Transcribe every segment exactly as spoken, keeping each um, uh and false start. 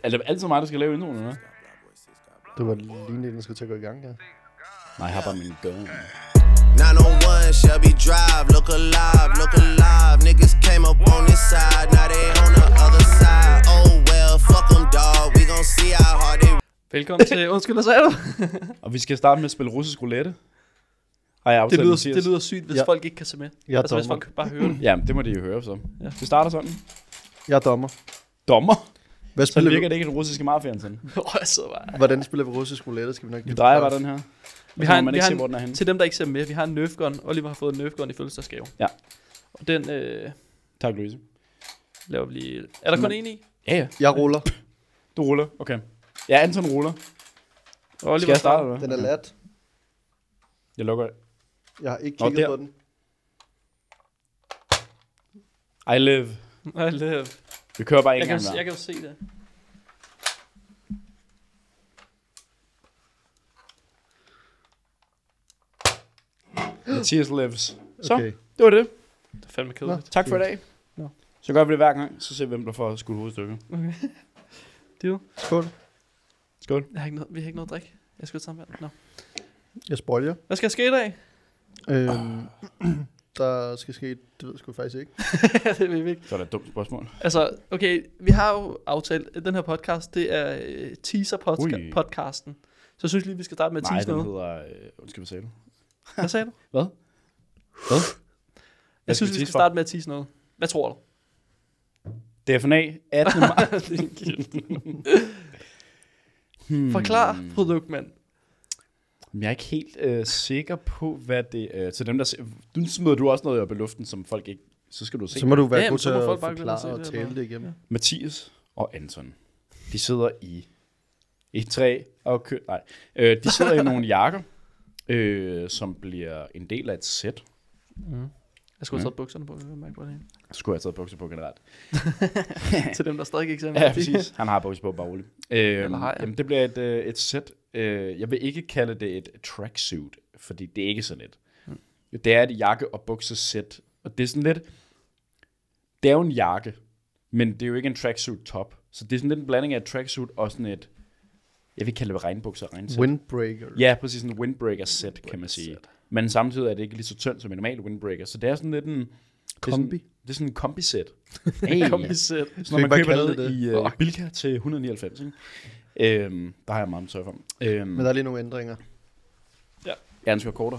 Er det altid mig, der skal lave introen, eller? Det var lige den skulle til at gå i gang, ja. Nej, jeg har bare min gun. nine oh one Shelby Drive, look alive, look alive. Niggas came up on this side, now they on the other side. Oh well, fuck them dog, we gon' see how hard they... Velkommen til Undskyld, hvad sagde du? Og vi skal starte med at spille russisk roulette. Har jeg Det aftalt lyder, med Sias? det lyder sygt, hvis Ja. folk ikke kan se med. Jeg er Altså hvis dommer. folk bare hører det. Jamen, det må de jo høre så. Ja. Det starter sådan. Jeg er dommer. Dommer? Hvad Så spiller virker vi? det ikke den russiske mafiaen sådan. Åh, jeg sidder bare. Hvordan spiller vi russisk roulette? Skal vi nok Vi lige drejer forklare bare os. den her. Vi Vi har har en, man vi ikke har se, en, hvor den er henne. til dem, der ikke ser med, vi har en Nerf gun. Oliver har fået en Nerf gun i fødselsdagsgave. Ja. Og den øh, Tak, Louise. laver vi lige... Er der kun en i? Ja, ja. Jeg ruller. Du ruller. Okay. Ja, Anton ruller. Og Oliver Skal jeg starte, eller Den hvad? er lat. Jeg lukker. Jeg har ikke Nå, kigget der. på den. I live. Nej, det, Vi kører bare en jeg, kan, gang jo- hver. jeg kan jo se det. Mathias lives. Så, Okay. det var det. Det er fandme kedeligt. Tak for i dag. Nå. Så gør vi det hver gang, så ser vi, hvem der får skudt hovedstykker. Okay. Deal. Skål. Skål. Jeg har ikke noget, vi har ikke noget at drikke. Jeg skal ud sammen med. Nå. Jeg spoiler. Hvad skal der ske i dag? Øhm, der skal ske, det ved jeg sgu faktisk ikke. det ved vi ikke. Så er det et dumt spørgsmål. Altså, okay, vi har jo aftalt, at den her podcast, det er øh, teaser Ui. podcasten. Så jeg synes lige, vi skal starte med at Nej, tease den noget. hedder... Øh, undskyld, hvad sagde du? Hvad sagde du? Hvad? Hvad? Jeg synes, vi skal starte med at tease noget. Hvad tror du? D F N A attende marts. hmm. Forklar produktmand. Jeg er ikke helt øh, sikker på, hvad det er. Øh, til dem, der se, nu smider du også noget op i luften, som folk ikke... Så skal du se. Så må du være Ja, god men så til må at folk bare gå ind og forklare se og det, tale eller- det igennem. Mathias og Anton, de sidder i et træ og kø... Nej, øh, de sidder i nogle jakker, øh, som bliver en del af et sæt. Mm. Jeg skulle have Mm. taget bukserne på. Jeg mærke, hvor det er. Så skulle jeg have taget bukser på generelt. Til dem, der stadig ikke ser med. Ja, præcis. Han har bukser på, bare roligt. Øh, Eller har jeg? jamen, det bliver et, øh, et sæt. Øh, jeg vil ikke kalde det et tracksuit, fordi det er ikke sådan et. Mm. Det er et jakke- og buksesæt. Og det er sådan lidt... Det er jo en jakke, men det er jo ikke en tracksuit top. Så det er sådan lidt en blanding af et tracksuit og sådan et... Jeg vil kalde det regnbukser og regnsæt. Windbreaker. Ja, præcis en windbreaker-sæt, kan man sige. Men samtidig er det ikke lige så tyndt som en normal windbreaker. Så det er sådan lidt en... Det er sådan, Kombi. det er sådan en kombi-sæt. Hey, Kom i sæt. så Skal når vi man bare køber kalde ned det i uh, Bilka til et hundrede og nioghalvfems, ikke? Øhm, der har jeg meget med tøj for. Øhm, Men der er lige nogle ændringer. ja, den skal være kortere.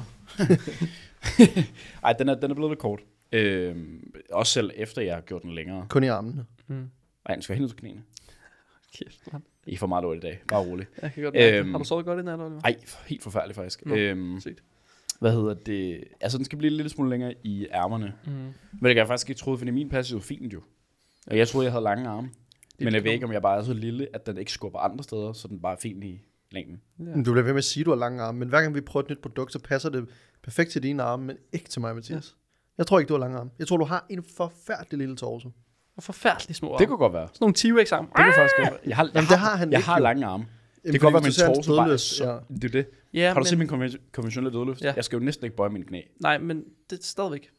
Ej, den er, den er blevet lidt kort. Øhm, også selv efter jeg har gjort den længere. Kun i armene. Mm. Ej, den skal helt ud til knæene. Kæft, man. I får meget dårligt i dag. Bare rolig. Jeg kan godt mærke Øhm, det. Har du sovet godt i nat, Oliver? Ej, helt forfærdeligt faktisk. Nå, Øhm, sygt. hvad hedder det? Altså, den skal blive en lille smule længere i ærmerne. Mm. Men det kan jeg faktisk ikke troede, fordi min passe er jo fint jo. Og jeg troede, jeg havde lange arme. Men jeg ved ikke, om jeg bare er så lille, at den ikke skubber andre steder, så den bare er fint i længden. Ja. Men Du bliver ved med at sige, at du har lange arme, men hver gang vi prøver et nyt produkt, så passer det perfekt til dine arme, men ikke til mig, Mathias. Jeg tror ikke, du har lange arme. Jeg tror, du har en forfærdelig lille torso. Og forfærdeligt små arme. Det kunne godt være. Sådan nogle T-Rex arme. Det kunne faktisk godt være. Jeg har, jeg Jamen, har, det har han jeg ikke, har jo. lange arme. Det Jamen, kan godt være, fordi min du ser en torso bare er dødløs, så... ja. Det er det. Ja, Har du men, set min konven- konventionelle dødløft? Ja. Jeg skal jo næsten ikke bøje mine knæ. Nej, men det er stadigvæk.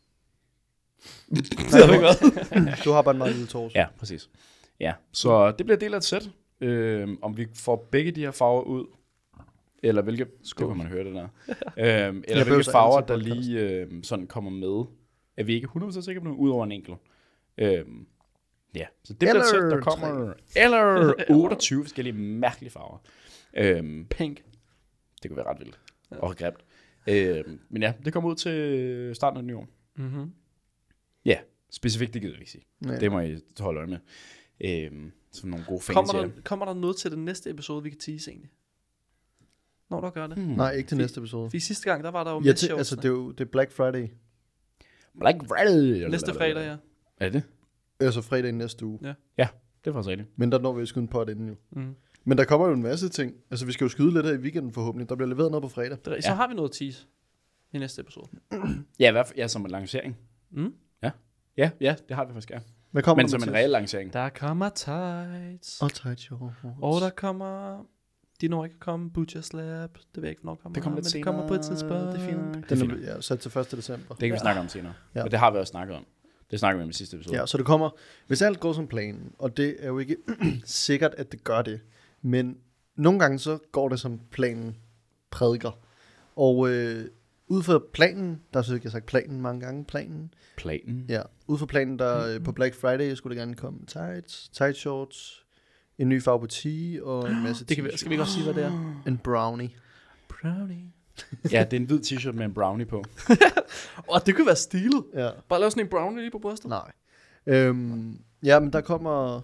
Du har bare en meget lille torso. Ja, præcis. Ja, så det bliver del af et sæt. Øhm, om vi får begge de her farver ud, eller hvilke... Skål. Det kan man høre det der. øhm, eller behøver hvilke så farver, altid der podcast. lige øhm, sådan kommer med. Er vi ikke hundrede procent sikre på noget, udover en enkelt. Øhm, ja, så det bliver et sæt, der Eller kommer... Eller otteogtyve forskellige mærkelige farver. Øhm, Pink. det kunne være ret vildt. Ja. Og grimt. Øhm, men ja, det kommer ud til starten af det nye år. Mm-hmm. Ja, specifikt det gider vi ikke sige. Ja. Det må I holde øje med. Øhm, som nogle gode fans Kommer, siger. der, kommer der noget til den næste episode, vi kan tease egentlig? Når der gør det. Hmm. Nej, ikke til næste episode. Fordi sidste gang, der var der jo Ja, med til, altså, det er jo det er Black Friday. Black Friday. Næste fredag, ja. Er det? Altså fredag i næste uge. Det er faktisk rigtigt. Men der når vi jo skyde en pot inden jo. Mm. Men der kommer jo en masse ting. Altså, vi skal jo skyde lidt her i weekenden forhåbentlig. Der bliver leveret noget på fredag. Det, så Ja. har vi noget at tease i næste episode. Ja, hvad, ja, som en lancering. Mm. Ja, ja, det har vi faktisk, ja. Hvad kommer Men der, som en Mathias? reel lancering. Der kommer tights. Og tight shorts. Og der kommer... De når ikke at komme. Butcher Slab. Det ved jeg ikke, hvornår kommer. Det kommer lidt men senere. det kommer på et tidspunkt. Det er fint. Det er Den fint. er ja, sat til første december. Det kan vi snakke om senere. Ja. Men det har vi også snakket om. Det snakker vi om i sidste episode. Ja, så det kommer, hvis alt går som planen, og det er jo ikke sikkert, at det gør det, men nogle gange så går det som planen prædiker. Og øh, ud fra planen, der synes jeg, jeg har sagt planen mange gange, planen. Planen. Ja, ud fra planen, der øh, på Black Friday skulle der gerne komme tights, tight shorts, en ny farve på tee og en masse Det kan vi, skal vi ikke også sige, hvad det er? En brownie. Brownie. Ja, det er en hvid t-shirt med en brownie på. Åh, det kunne være stilet. Ja, Bare lave sådan en brownie lige på brystet. nej. Øhm, ja, men der kommer...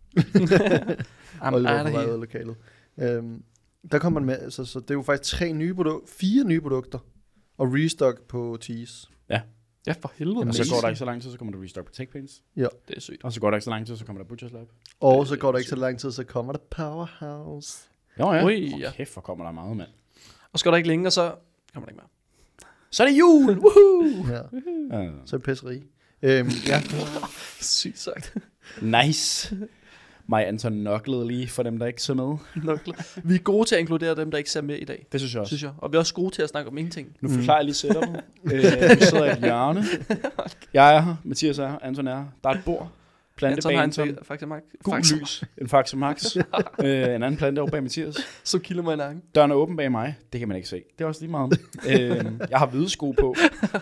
I'm Oliver out på of vej ud here. af lokalet. Øhm, der kommer man med, altså, så det er jo faktisk tre nye produkter, fire nye produkter, og restock på tees. Ja, for helvede. Og så Amazing. går der ikke så lang tid, så kommer der restock på Tech Paints. Det er sygt. Og så går der ikke så lang tid, så kommer der Butcher's Lab. Og så går der ikke så lang tid, så kommer der Powerhouse. Jo ja. Ui, ja. Oh, kæft, hvor kommer der meget, mand. Og så går der ikke længere, så kommer der ikke mere. Så er det jul! Woohoo! Ja, Uh, så er det pisseri. Øhm, ja, Sygt sagt. nice. Mig Anton noklede lige for dem, der ikke så med. Vi er gode til at inkludere dem, der ikke ser med i dag, Det synes jeg også. synes jeg. Og vi er også gode til at snakke om ingenting. Nu forklarer jeg lige setupet. øh, vi sidder i et hjørne. Jeg er her, Mathias er her, Anton er her. Der er et bord. Plante Anton bag har Anton. en faktisk Max. Gul lys. En Faxe Max. øh, en anden plante over bag Mathias. Som kilder mig i nakken. Døren er åben bag mig. Det kan man ikke se. Det er også lige meget. øh, jeg har hvide sko på.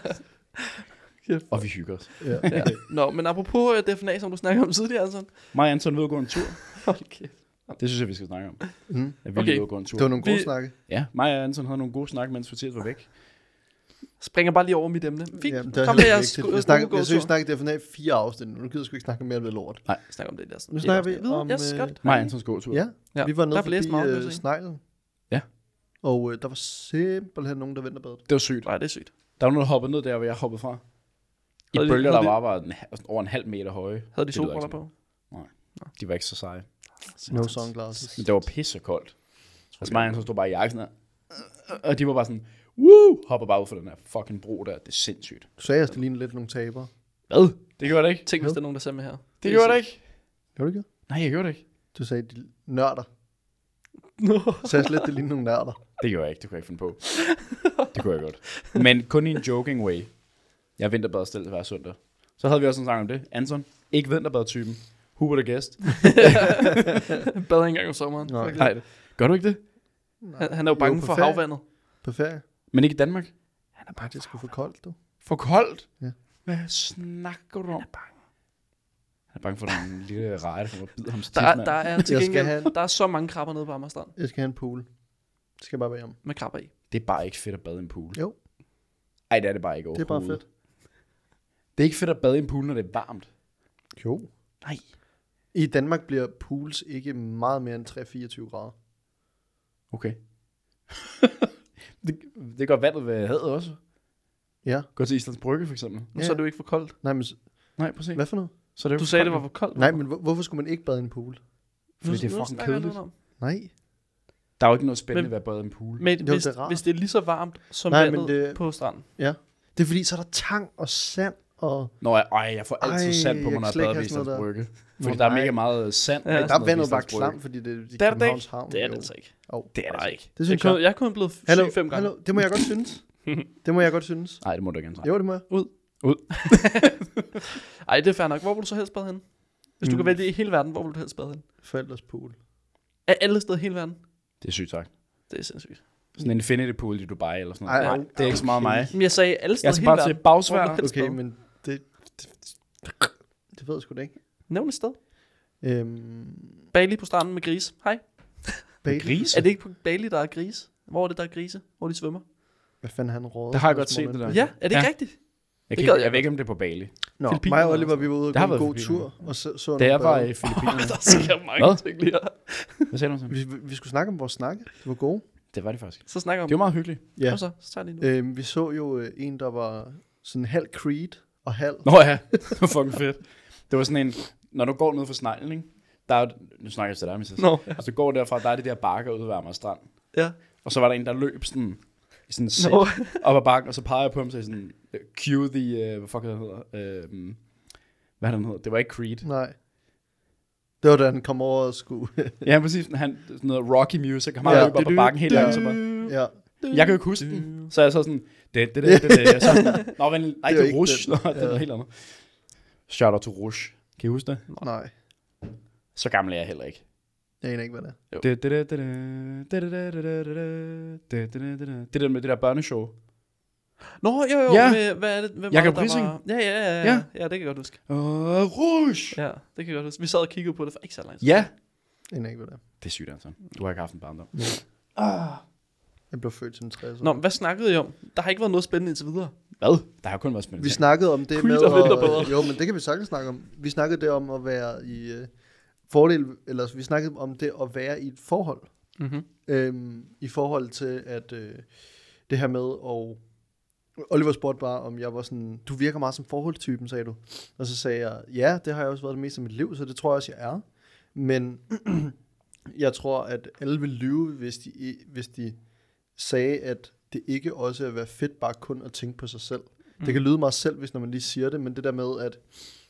Og vi hygger os. ja. Ja. Nå, men apropos uh, D F N A, som du snakkede om tidligere, Anton. Mig og Anton vil gå en tur. Hold kæft. Det synes jeg, vi skal snakke om. Mm. Jeg vil Okay. okay. gå en tur. Det var nogle gode Vi- snakke. Ja, mig og Anton havde nogle gode snak, mens Mathias var væk. Springer bare lige over mit emne. Fint. Jamen, det er Kom med heller jeres vigtigt. gode Jeg snakker, gode jeg synes, tur. snakke D F N A fire afsnit. Nu gider jeg sgu ikke snakke mere om det lort. Snak om det der. Nu snakker vi Videre. om, Yes, øh, godt. Mig og Antons gåtur. Ja, Ja. vi var nede Der blev læst forbi meget, vil jeg øh, sige. sneglen. Ja. Og øh, der var simpelthen nogen, der venter badet. Det var sygt. Nej, det er sygt. Der var nogen, der hoppede ned der, hvor jeg hoppede fra. I Havde de- bølger, havde der de- var, var en, over en halv meter høje. Havde de Det lyder solbriller ikke på? De var ikke så seje. No sunglasses. Men det var pissekoldt. Altså mig og Anton stod bare i jakken sådan her. Og de var bare sådan, woo, hopper bare ud for den her fucking bro der. Det er sindssygt. Du sagde, at det lignede lidt nogle tabere. Hvad? Det gjorde det ikke. Tænk, hvis Jo. der er nogen, der ser med her. Det gjorde det ikke. Gjorde du ikke? Nej, jeg gjorde det ikke. Du sagde, de nørder. Nå. Du sagde slet, det lignede nogle nørder. Det gjorde jeg ikke. Det kunne jeg ikke finde på. Det kunne jeg godt. Men kun i en joking way. Jeg er vinterbadestil hver søndag. Så havde vi også en sang om det. Anton, ikke vinterbadtypen. Who would have guessed? Bader ikke engang om sommeren. Nej. Fuck Nej, gør du ikke det? Han, han er jo bange på for ferie. havvandet. På ferie. Men ikke i Danmark. Han er bare, det skulle for koldt, du. For koldt? Ja. Hvad snakker du om? Han er bange. Han er bange for den lille reje, der kommer og bider ham til Der, er- der er til Jeg skal gengæld, have- der er så mange krabber nede på Amager Strand. Jeg skal have en pool. Det skal jeg bare være om. Med krabber i. Det er bare ikke fedt at bade i en pool. Jo. Ej, det er det bare ikke Det er bare overhovedet. fedt. Det er ikke fedt at bade i en pool, når det er varmt. Jo. Nej. I Danmark bliver pools ikke meget mere end tre til fireogtyve grader. Okay. det, det gør vandet ved havet også. Ja. Gå til Islands Brygge for eksempel. Nu Ja. så er det jo ikke for koldt. Nej, men s- Nej, præcis. hvad for noget? Så det er jo Du for sagde, det koldt. var for koldt. Nej, men hvor, hvorfor skulle man ikke bade i en pool? Fordi det er Nu- nu fucking snakker jeg kedeligt. noget om. Nej. Der er jo ikke noget spændende Men- ved at bade i en pool. Men Jo, hvis, det er rart. hvis det er lige så varmt som Nej, vandet men det- på stranden. Ja. Det er fordi, så er der tang og sand og... Nå, jeg, ej, jeg får altid Ej, sand på jeg mig, når kan jeg slet ikke bader ved have sådan Islands noget Brygge. Nå, Fordi der er nej. mega meget sand. Ja. ved Der er sådan noget vandet ved bare Islands Brygge. klam, fordi det, det er Det er det ikke. Københavns Havn. Det er jo. det altså ikke. Jo. Det er det Nej, ikke. Det jeg, synes kun, jeg. jeg er kun blevet Hallo, syg fem gange. hallo, det må jeg godt synes. Det må jeg godt synes. Nej, det må du ikke gerne Jo, det må jeg. Ej, det er fair nok. Hvor vil du så helst bade hen? Hvis du Mm. kan vælge i hele verden, hvor vil du helst bade hen? Forældres pool. Af alle steder i hele verden? Det er sygt sagt. Det er sindssygt. Sådan en infinity pool i Dubai eller sådan noget. Ej, Nej, det er ikke så meget mig. Men jeg sagde alle steder Jeg i skal hele bare verden. til bagsvær. Hvor vil du helst Okay, bade? men det... Det, det ved jeg sgu da ikke. Nævn et sted. Øhm, Bali på stranden med grise. Hej. Bali. Grise? Er det ikke på Bali, der er grise? Hvor er det, der er grise? Hvor de svømmer? Hvad fanden han råder? Det har jeg godt set, det der. Ja, er det ikke Ja. rigtigt? Jeg, Det kan, gad jeg, jeg ved ikke, om det er på Bali. Nå, Filippinerne mig og og Oliver, sådan vi var ude og Det har gå en været god Filippinerne. tur, og så, så Da nogle jeg var bade. i Filippinerne. Der sker mange Hvad? ting lige her. Hvad sagde du så? vi, vi, vi skulle snakke om vores snakke. Det var gode. Det var det faktisk. Så snakker vi om Det var meget hyggeligt. Ja. Kom så, så tager jeg lige nu. Øhm, vi så jo øh, en, der var sådan halv Creed og halv... Nå ja, det var fucking fedt. Det var sådan en, når du går ned for sneglen, ikke? Der er, jo- nu snakker jeg til dig, Missus. Nå, ja. Altså, du går derfra, der er de der bakker ude ved Amager Strand. Ja. Og så var der en, der løb sådan, i sådan en sæt Nå. op ad bakken, og så pegede jeg på ham, så jeg sådan, cue the, uh, hvad fuck er det, han hedder? Uh, hvad er det, han hedder? Det var ikke Creed. Nej. Det var da han kom over og skulle... Ja, præcis. Han, sådan noget Rocky music. Han Ja. bare løb op ad bakken helt langt, så bare... ja. Jeg kan jo ikke huske den. Så jeg så sådan, det, det, det, det, det. Jeg så sådan, nå, men, nej, Det det er er Rush. Nå, ikke det er Ja. noget helt andet. Shout out to Rouge. Kan I huske det? Nej, Så gammel er jeg heller ikke. jeg aner ikke, hvad det er. Det det der med det der børneshow. Nå, jo, jo, Ja. med, hvad er det? Hvem Jakob var det, der Riising. var- Ja, ja, ja, ja, Ja. ja, det kan jeg godt huske. Uh, Rouge! Ja, det kan jeg godt huske. Vi sad og kiggede på det for ikke så lang tid. Ja. Jeg aner ikke, hvad det er. Det er sygt, altså. Du har ikke haft en barndom. Jeg blev født som tres år. Nå, hvad snakkede I om? Der har ikke været noget spændende indtil videre. Hvad? Der har kun været spændende. Vi snakkede om det Creed med og at, Vinterbader. jo, men det kan vi sagtens snakke om. Vi snakkede det om at være i uh, fordel, eller vi snakkede om det at være i et forhold. Mm-hmm. Øhm, I forhold til at øh, det her med og Oliver spurgte bare om jeg var sådan, du virker meget som forholdstypen, sagde du. Og så sagde jeg, ja, det har jeg også været det meste af mit liv, så det tror jeg også jeg er. Men jeg tror at alle vil lyve, hvis de hvis de sagde at det ikke også er at være fedt bare kun at tænke på sig selv. Mm. Det kan lyde meget selv, hvis når man lige siger det, men det der med at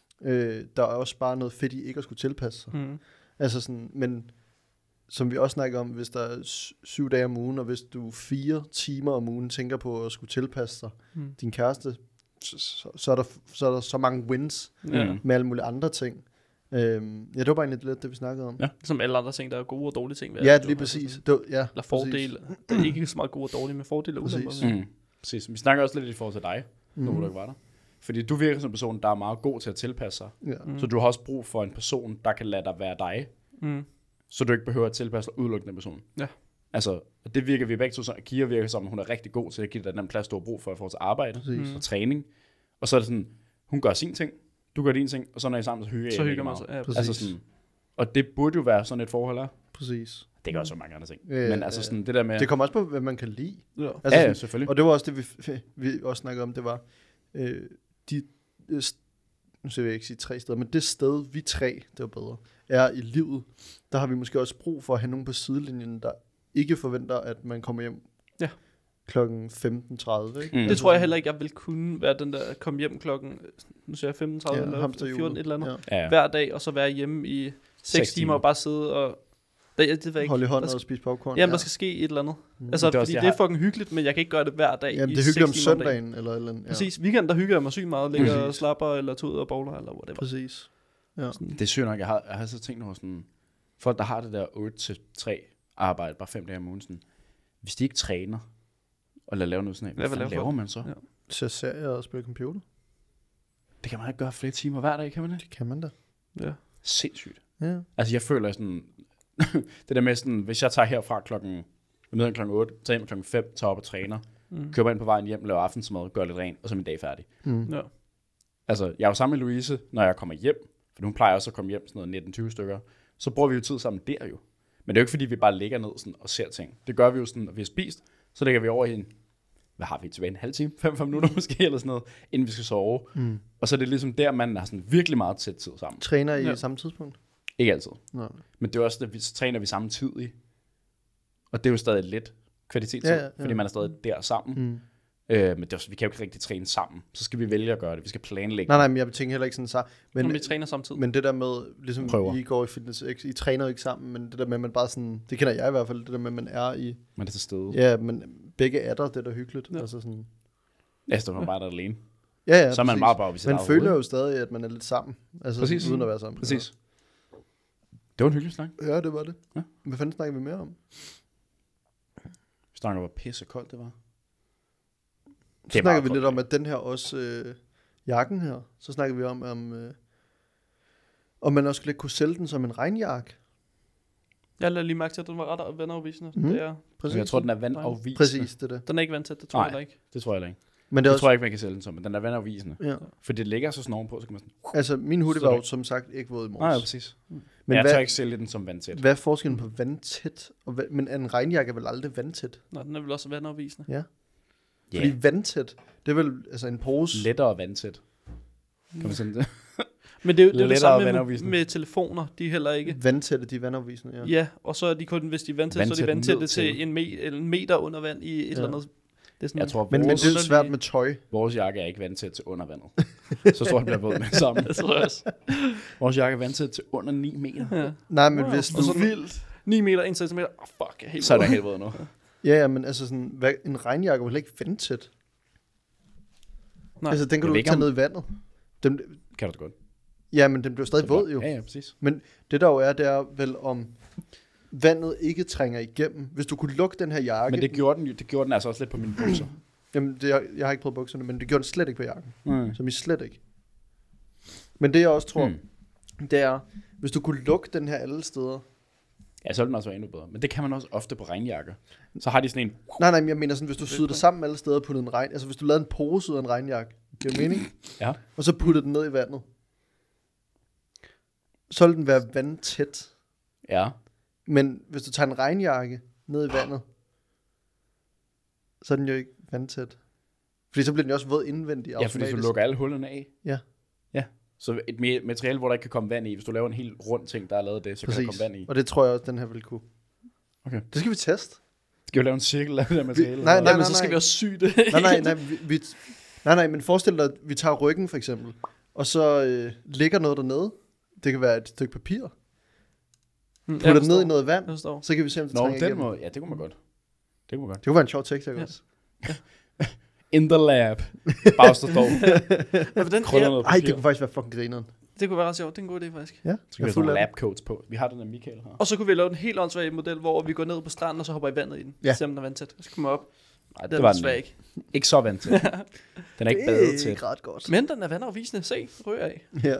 øh, der er også bare noget fedt i ikke at skulle tilpasse sig. Mm. Altså sådan, men som vi også snakker om, hvis der er sy- syv dage om ugen, og hvis du fire timer om ugen tænker på at skulle tilpasse sig Mm. din kæreste, så, så, så, er der, så er der så mange wins Ja. Mm. med alle mulige andre ting. Øhm, ja, det var bare egentlig lidt det, vi snakkede om. Ja. Som alle andre ting, der er gode og dårlige ting. ved Ja, at du lige har præcis. sådan- Det var, ja, Eller fordele. Der er ikke så meget gode og dårlige, men fordele og ulemper. Præcis. ved det. Mm. Præcis. Vi snakker også lidt i forhold til dig, mm. nu hvor du ikke var der. Fordi du virker som en person, der er meget god til at tilpasse sig. Ja. Mm. Så du har også brug for en person, der kan lade dig være dig. Mm. Så du ikke behøver at tilpasse dig udelukkende person. Ja. Altså, det virker vi begge to som. Kira virker som, hun er rigtig god til at give dig den plads, du har brug for i forhold til arbejde Præcis. og træning. Og så er det sådan, hun gør sin ting, du gør din ting, og så når I sammen, så hygger Så I hygger rigtig man meget. sig. Ja, Præcis. Altså sådan, og det burde jo være sådan et forhold her. Præcis. Det kan også være mange andre ting. Ja, Men altså ja. sådan, det der med... Det kommer også på, hvad man kan lide. ja. Altså ja, ja, sådan, selvfølgelig. og det var også det, vi, vi også snakkede om, det var, øh, de, øh, st- nu skal jeg ikke sige tre steder, men det sted, vi tre, det var bedre, er i livet, der har vi måske også brug for at have nogen på sidelinjen, der ikke forventer, at man kommer hjem Ja. klokken femten tredive, ikke? Mm. Det tror jeg heller ikke, jeg vil kunne være den der, komme hjem klokken, nu siger jeg femten tredive Ja, eller hamsterhjulet. fjorten et eller andet, Ja. Ja. hver dag, og så være hjemme i seks Seks timer timer. og bare sidde og... Det, det ved jeg ikke. Hold i hånden Der og skal, spise popcorn. jamen, der skal ske et eller andet. Mm. Altså, Det er det også fordi det, det, jeg er fucking hyggeligt, men jeg kan ikke gøre det hver dag. Jamen, i det er hyggeligt om seks timer dagen. søndagen, eller et eller andet. Ja. Præcis. Weekend, der hygger jeg mig sygt meget, ligger og Præcis. slapper, eller tager ud og bowler, eller whatever. Præcis. Ja. Det er sygt nok, jeg har, jeg har så tænkt over sådan, folk der har det der otte til tre arbejde, bare fem dage om ugen, sådan, hvis de ikke træner, eller laver noget sådan her, hvad, Ja, hvad hvad laver laver man så? Ja. Så ser jeg og spiller computer. Det kan man ikke gøre flere timer hver dag, kan man det? Det kan man da. Ja. Sindssygt. Ja. Altså jeg føler sådan, det der med sådan, hvis jeg tager herfra klokken, med klokken otte, tager hjem klokken fem, tager op og træner, Mm. køber ind på vejen hjem, laver aftensmad, gør lidt rent, og så er min dag færdig. Mm. Ja. Altså, jeg er jo sammen med Louise, når jeg kommer hjem, for hun plejer også at komme hjem sådan noget nitten tyve stykker, så bruger vi jo tid sammen der jo. Men det er jo ikke fordi, vi bare ligger ned sådan og ser ting. Det gør vi jo sådan, når vi har spist, så lægger vi over i en, hvad har vi tilbage, en halv time, fem fem minutter måske, eller sådan noget, inden vi skal sove. Mm. Og så er det ligesom der, man har sådan virkelig meget tæt tid sammen. Træner I Ja. ja. samme tidspunkt? Ikke altid. Nej. Men det er også, at vi så træner vi samtidig. Og det er jo stadig lidt kvalitetstid, Ja, ja, ja, ja, ja. fordi man er stadig der sammen. Mm. Øh, men det er, også- vi kan jo ikke rigtig træne sammen. Så skal vi vælge at gøre det. Vi skal planlægge. Nej, nej, men jeg tænker heller ikke sådan så. Men, Men vi træner samtidig. men det der med, ligesom Prøver. I går i fitness, ikke? I træner jo ikke sammen, men det der med, at man bare sådan, det kender jeg i hvert fald, det der med, at man er i, Man er til stede. ja, men begge er der, det er da hyggeligt. Ja. Altså sådan, Ja, så er man bare der alene. ja, ja, Så er man præcis. meget bare ved sit Man eget føler hoved. jo stadig, at man er lidt sammen, altså Præcis. uden at være sammen. Præcis. Det var en hyggelig snak. Ja, det var det. Ja. Hvad fanden snakker vi mere om? Vi snakker, hvor pisse koldt det var. Så er snakker meget vi lidt koldt, om, at den her også, øh, jakken her, så snakker vi om, om, øh, om man også lidt kunne sælge den som en regnjakke. Jeg lader lige mærke til, at den var ret vandafvisende. Mhm. Det er, Præcis. Jeg tror, den er vandafvisende. Præcis, det er det. den er ikke vandtæt, det tror jeg Nej. heller ikke. Det tror jeg heller ikke. Men Det, det er det også, tror jeg ikke, man kan sælge den som, men den er vandafvisende. ja. For det ligger så sådan ovenpå, så kan man sådan... Altså, min hoodie Så var det- jo som sagt ikke våd i morges. Nej, ja, præcis. Men Men jeg hvad, tør ikke sælge den som vandtæt. hvad er forskellen på vandtæt? Og hvad, men en regnjakke er vel aldrig vandtæt? Nå, den er vel også vandafvisende. Ja. Ja. Fordi vandtæt, det er vel altså en pose. Lettere vandtæt. Kan man sige det? Men det er jo det, er jo det Lettere samme med, vandafvisende. med telefoner. De er heller ikke. Vandtætte, de er vandafvisende, ja. Ja, og så er de kun, hvis de er vandtætte, så er de Vandtæt vandtætte ned til til. en, me- eller en meter under vand i et Ja. eller andet. Det er sådan, Jeg tror, Men, men vores, det er jo underlige- svært med tøj. vores jakke er ikke vandtæt til under vandet. Så stort bliver våd med sammen. det tror jeg også. Vores jakke er vandtæt til under ni meter. Ja. Nej, men Wow. hvis Og du... så vildt. ni meter, en centimeter. Åh, oh, fuck, jeg er helt Så er der våd. helt våd nu. Ja, ja, men altså sådan, hvad, en regnjakke er vel ikke vandtæt? Nej. Altså, den kan Jeg du ved ikke ikke, tage om- ned i vandet. Dem, Kan du da godt. Ja, men den bliver stadig våd jo. Ja, ja, præcis. Men det der jo er, det er vel om vandet ikke trænger igennem. Hvis du kunne lukke den her jakke... Men det gjorde den jo, det gjorde den altså også lidt på mine bukser. Jamen, det, jeg, jeg har ikke prøvet bukserne, men det gjorde den slet ikke på jakken. Mm. Som I slet ikke. Men det jeg også tror, Mm. det er, hvis du kunne lukke den her alle steder... Ja, så ville den også være endnu bedre. Men det kan man også ofte på regnjakker. Så har de sådan en... Nej, nej, men jeg mener sådan, hvis du syede det sammen alle steder og puttede en regn... Altså, hvis du lavede en pose ud af en regnjakke, giver det mening? Ja. Og så puttede den ned i vandet. Så ville den være vandtæt. Ja. Men hvis du tager en regnjakke ned i vandet, så er den jo ikke vandtæt. Fordi så bliver den jo også våd indvendigt Ja, automatisk. fordi du lukker alle hullerne af. Ja. Ja. Så et me- materiale, hvor der ikke kan komme vand i. Hvis du laver en helt rund ting, der er lavet det, så Præcis. kan der komme vand i. Og det tror jeg også, den her vil kunne. Okay. Det skal vi teste. Skal vi lave en cirkel af det der materiale? Vi- nej, eller? nej, Jamen, så skal vi også sy det. Nej, nej, nej, vi, vi, nej, nej, men forestil dig, at vi tager ryggen for eksempel, og så øh, ligger noget dernede. Det kan være et stykke papir. Mm, Putter det ned i noget vand, Jeg forstår. så kan vi se, om det Nå, trænger den igennem. måde. Ja, det kunne man godt. Det kunne man godt. Det kunne være en sjov tekst, ikke Ja. også? In the lab. Bare stå står. Ja, for den, Krøller ja, noget Ej, papir. det kunne faktisk være fucking grineren. det kunne være ret sjovt. Det er en god idé, faktisk. Ja, Så kan vi have fuld sådan af lab coats på. Vi har den af Michael her. Og så kunne vi lave en helt åndssvag model, hvor vi går ned på stranden, og så hopper i vandet i den. Ja. Selvom den er vandtæt. Så kommer op. Nej, Det var desværre ikke. ikke. Ikke så vant til. Den er ikke badet til. ikke ret godt. Men den er vandafvisende. Se, rører af. Ja.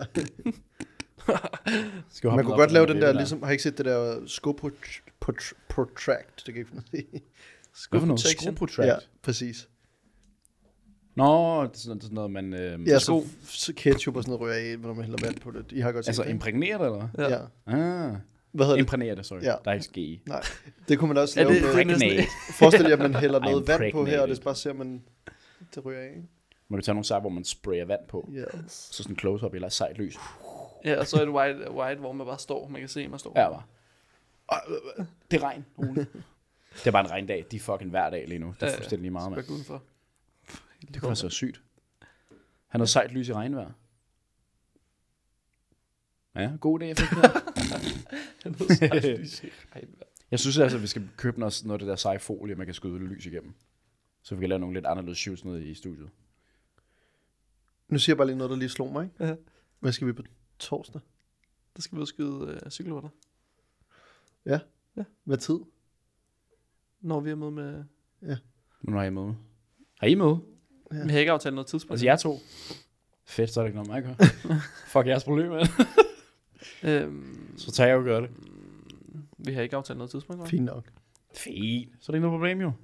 Skal vi hoppe Man kunne op godt på lave den den der, billede ligesom, har I ikke set det der scope protract? Det kan jeg ikke finde ud af. Hvad for noget? Protection. Skrueprotract? Ja, præcis. Nå, det er sådan, det er sådan noget, man... Øh, Ja, sko. så, så ketchup og sådan noget ryger af, når man hælder vand på det. I har godt set Altså det, ikke? imprægnere det, eller? Ja. Ja. Ah. Hvad hedder det? Imprægnere det, sorry. Ja. Der er ikke ske i. Nej, det kunne man også Er lave det- med. det er næsten- Impregnate. Forestil jer, at man hælder I'm noget vand på her, og impregnated. det bare ser man, det ryger af. Ikke? Man kan tage nogle sager, hvor man sprayer vand på. Yes. Så sådan close-up eller sejt lys. Ja, og så er det white, white, hvor man bare står. Man kan se, at man står. Ja, bare. Det er regn, Rune. Det er bare en regndag. De er fucking hver dag lige nu. Det er Ja, ja. fuldstændig lige meget, mand. Skal udenfor. Det kunne være så sygt. Han havde sejt lys i regnvejr. Ja, god idé, jeg fik det. Jeg synes altså, at vi skal købe noget, noget af det der seje folie, man kan skyde lys igennem. Så vi kan lave nogle lidt anderledes shoots nede i studiet. Nu siger jeg bare lige noget, der lige slog mig. Ikke? Ja. Hvad skal vi på torsdag? Der skal vi ud og skyde øh, cykelurter. Hvad tid? Når vi er med med... Nu har I med. Har I med? Ja. Vi har ikke aftalt noget tidspunkt. Altså jer to? Fedt, så er det ikke noget, mig gør. Fuck jeres problem, man. Øhm, Så tager jeg jo gøre det. vi har ikke aftalt noget tidspunkt. hva'? Fint nok. Fint. Så er det ikke noget problem, jo.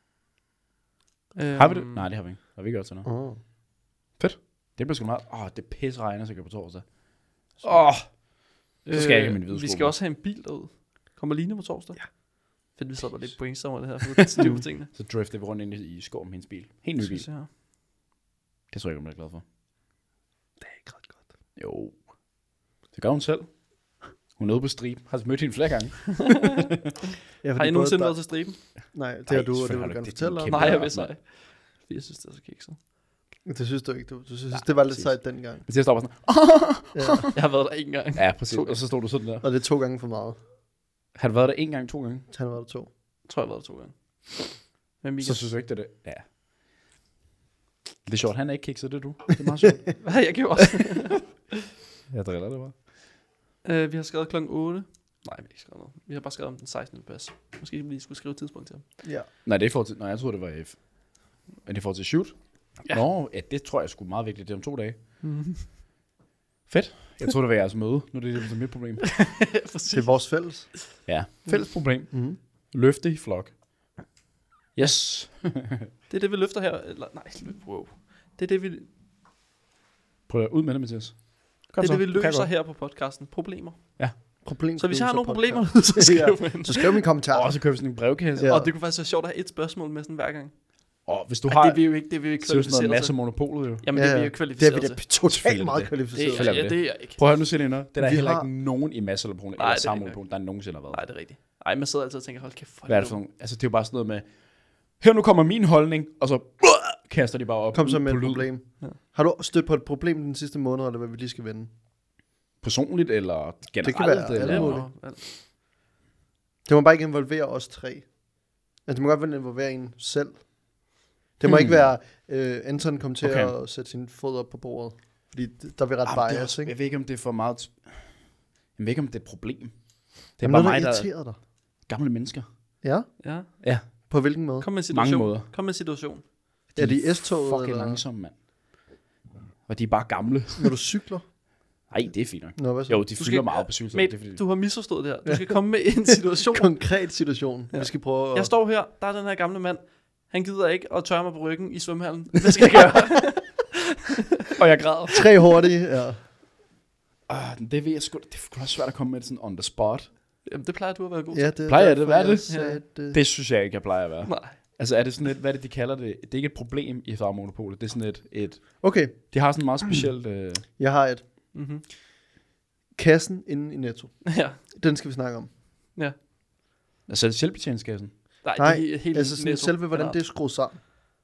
Øhm, Har vi det? Nej, det har vi ikke. Har vi ikke gjort til noget. Oh. Det bliver sgu meget... Åh, oh, det pisse regner sikkert på torsdag. Åh! Oh, så skal jeg ikke have mine hvide Øh, Vi sko skal på. også have en bil derud. Kommer Line på torsdag? Ja. Fedt, vi så bare lidt brainstormer det her, for at styre på tingene. Så drifter vi rundt ind i, i skoven med hendes bil. Helt ny Skal vi bil. se her. Det tror jeg ikke, hun er glad for. Det er ikke ret godt. Jo. Det gør hun selv. Hun er ude på strip. Har mødt hende flere gange. Ja, Har I nogensinde været til striben? Nej, det Nej, har du, og det selvfølgelig vil du har gerne du ikke. Det er fortælle en om. kæmpe- Nej, jeg mand. vil sige. Jeg synes, det er så kikset. Det synes du ikke. Du, du synes, Nej, det var lidt præcis. sejt dengang. Men til at stoppe sådan. Ja. Jeg har været der en gang. Ja, præcis. To- Og så stod du sådan der. Og det er to gange for meget. Har du været der en gang, to gange? Han var der to. Jeg tror, jeg har været der to gange. Men Mika, Så synes jeg ikke, det er det. Ja. Det er sjovt, han er ikke kikset, det er du. Det er meget sjovt. hvad har jeg gjort også? Jeg driller det bare. øh, vi har skrevet klokken otte. Nej, vi har ikke skrevet noget. Vi har bare skrevet om den sekstende pas. Måske vi lige skulle skrive et tidspunkt til ham. Ja. Nej, det er for til... Nej, jeg troede, det var F. Er det for til shoot? Ja. Nå, ja, det tror jeg sgu meget vigtigt. Det er om to dage. Fedt. Jeg troede, det var jeres møde. Nu er det det mit problem. Det er vores fælles. Ja, fælles problem. Mm. Løfte i flok. Yes. Det er det, vi løfter her. Eller, nej, wow. Det er det, vi, det, Prøv at ud med det, Mathias. Kom er det, vi Du kan løser godt. her på podcasten. Problemer. Problem. Så hvis jeg har nogle podcast. problemer, så skriv Ja. ind. Så skriv mig i kommentarer. Åh, så køber vi sådan en brevkasse. Ja. Ja. Og det kunne faktisk være sjovt at have et spørgsmål med sådan hver gang. Og hvis du Ej, har... det er vi jo ikke, det er vi jo ikke så er det sådan noget kvalificeret masse til. monopolet jo. Jamen, Ja, det er vi ja. jo Det er kvalificeret vi til. da totalt Selvfølgelig meget det. kvalificeret. Det er, Selvfølgelig ja, det. det er jeg ikke. Prøv at høre nu, Selina. Det er der Vi heller har- ikke nogen i masse eller Nej, eller det er samme rigtigt monopolet, der nogensinde har været. Nej, det er rigtigt. Ej, man sidder altid og tænker, hold kæft, for Hvad er det for nogle? Altså, det er jo bare sådan noget med... Her nu kommer min holdning, og så kaster de bare op. Kom så ud med på et lyd. problem. Ja. Har du stødt på et problem den sidste måned, eller hvad vi lige skal vende? Personligt eller generelt? Det kan være alt eller? muligt. Ja, alt. Det må bare ikke involvere os tre. Altså, det må godt være involvere en selv. Det må Hmm. ikke være, uh, Anton kom til Okay. at sætte sin fod op på bordet. Fordi det- der er vi ret Jamen, det er bias, også, ikke? jeg ved ikke, om det er for meget... Jeg ved ikke, om det er et problem. Det er Jamen, bare noget, mig, der der er irriterer dig. gamle mennesker. Ja? Ja. Ja, På hvilken måde? Kom med en mange situation. måder. Kom med en situation. Er de i S-toget? Fucking eller? langsomme, mand. Og de er bare gamle. Når du cykler? Nej, det er fint nok. Nå, hvad så? Jo, de skal- fylder meget på cykelstien. Mate, Det er fordi... du har misforstået det her. Du skal komme med en situation. Konkret situation. Ja. Vi skal prøve at... Jeg står her, der er den her gamle mand. Han gider ikke at tørre mig på ryggen i svømmehallen. Hvad skal jeg gøre? Og jeg græder. Tre hurtige, ja. Ah, det ved jeg sgu. Det er sgu også svært at komme med det sådan on the spot. Jamen, det plejer du at være god ja til. det, Plejer jeg det? derfor, Hvad er det? sagde, det? Det synes jeg ikke, jeg plejer at være. Nej. Altså er det sådan et, hvad er det, de kalder det? Det er ikke et problem i farmonopolet. Det er sådan et, et Okay, de har sådan et meget specielt... Øh, jeg har et. Mm-hmm. Kassen inde i Netto. Ja. Den skal vi snakke om. altså er det selvbetjeningskassen? Nej, Nej, det er helt Altså sådan Netto. selve, hvordan Ja. det er skruet sammen.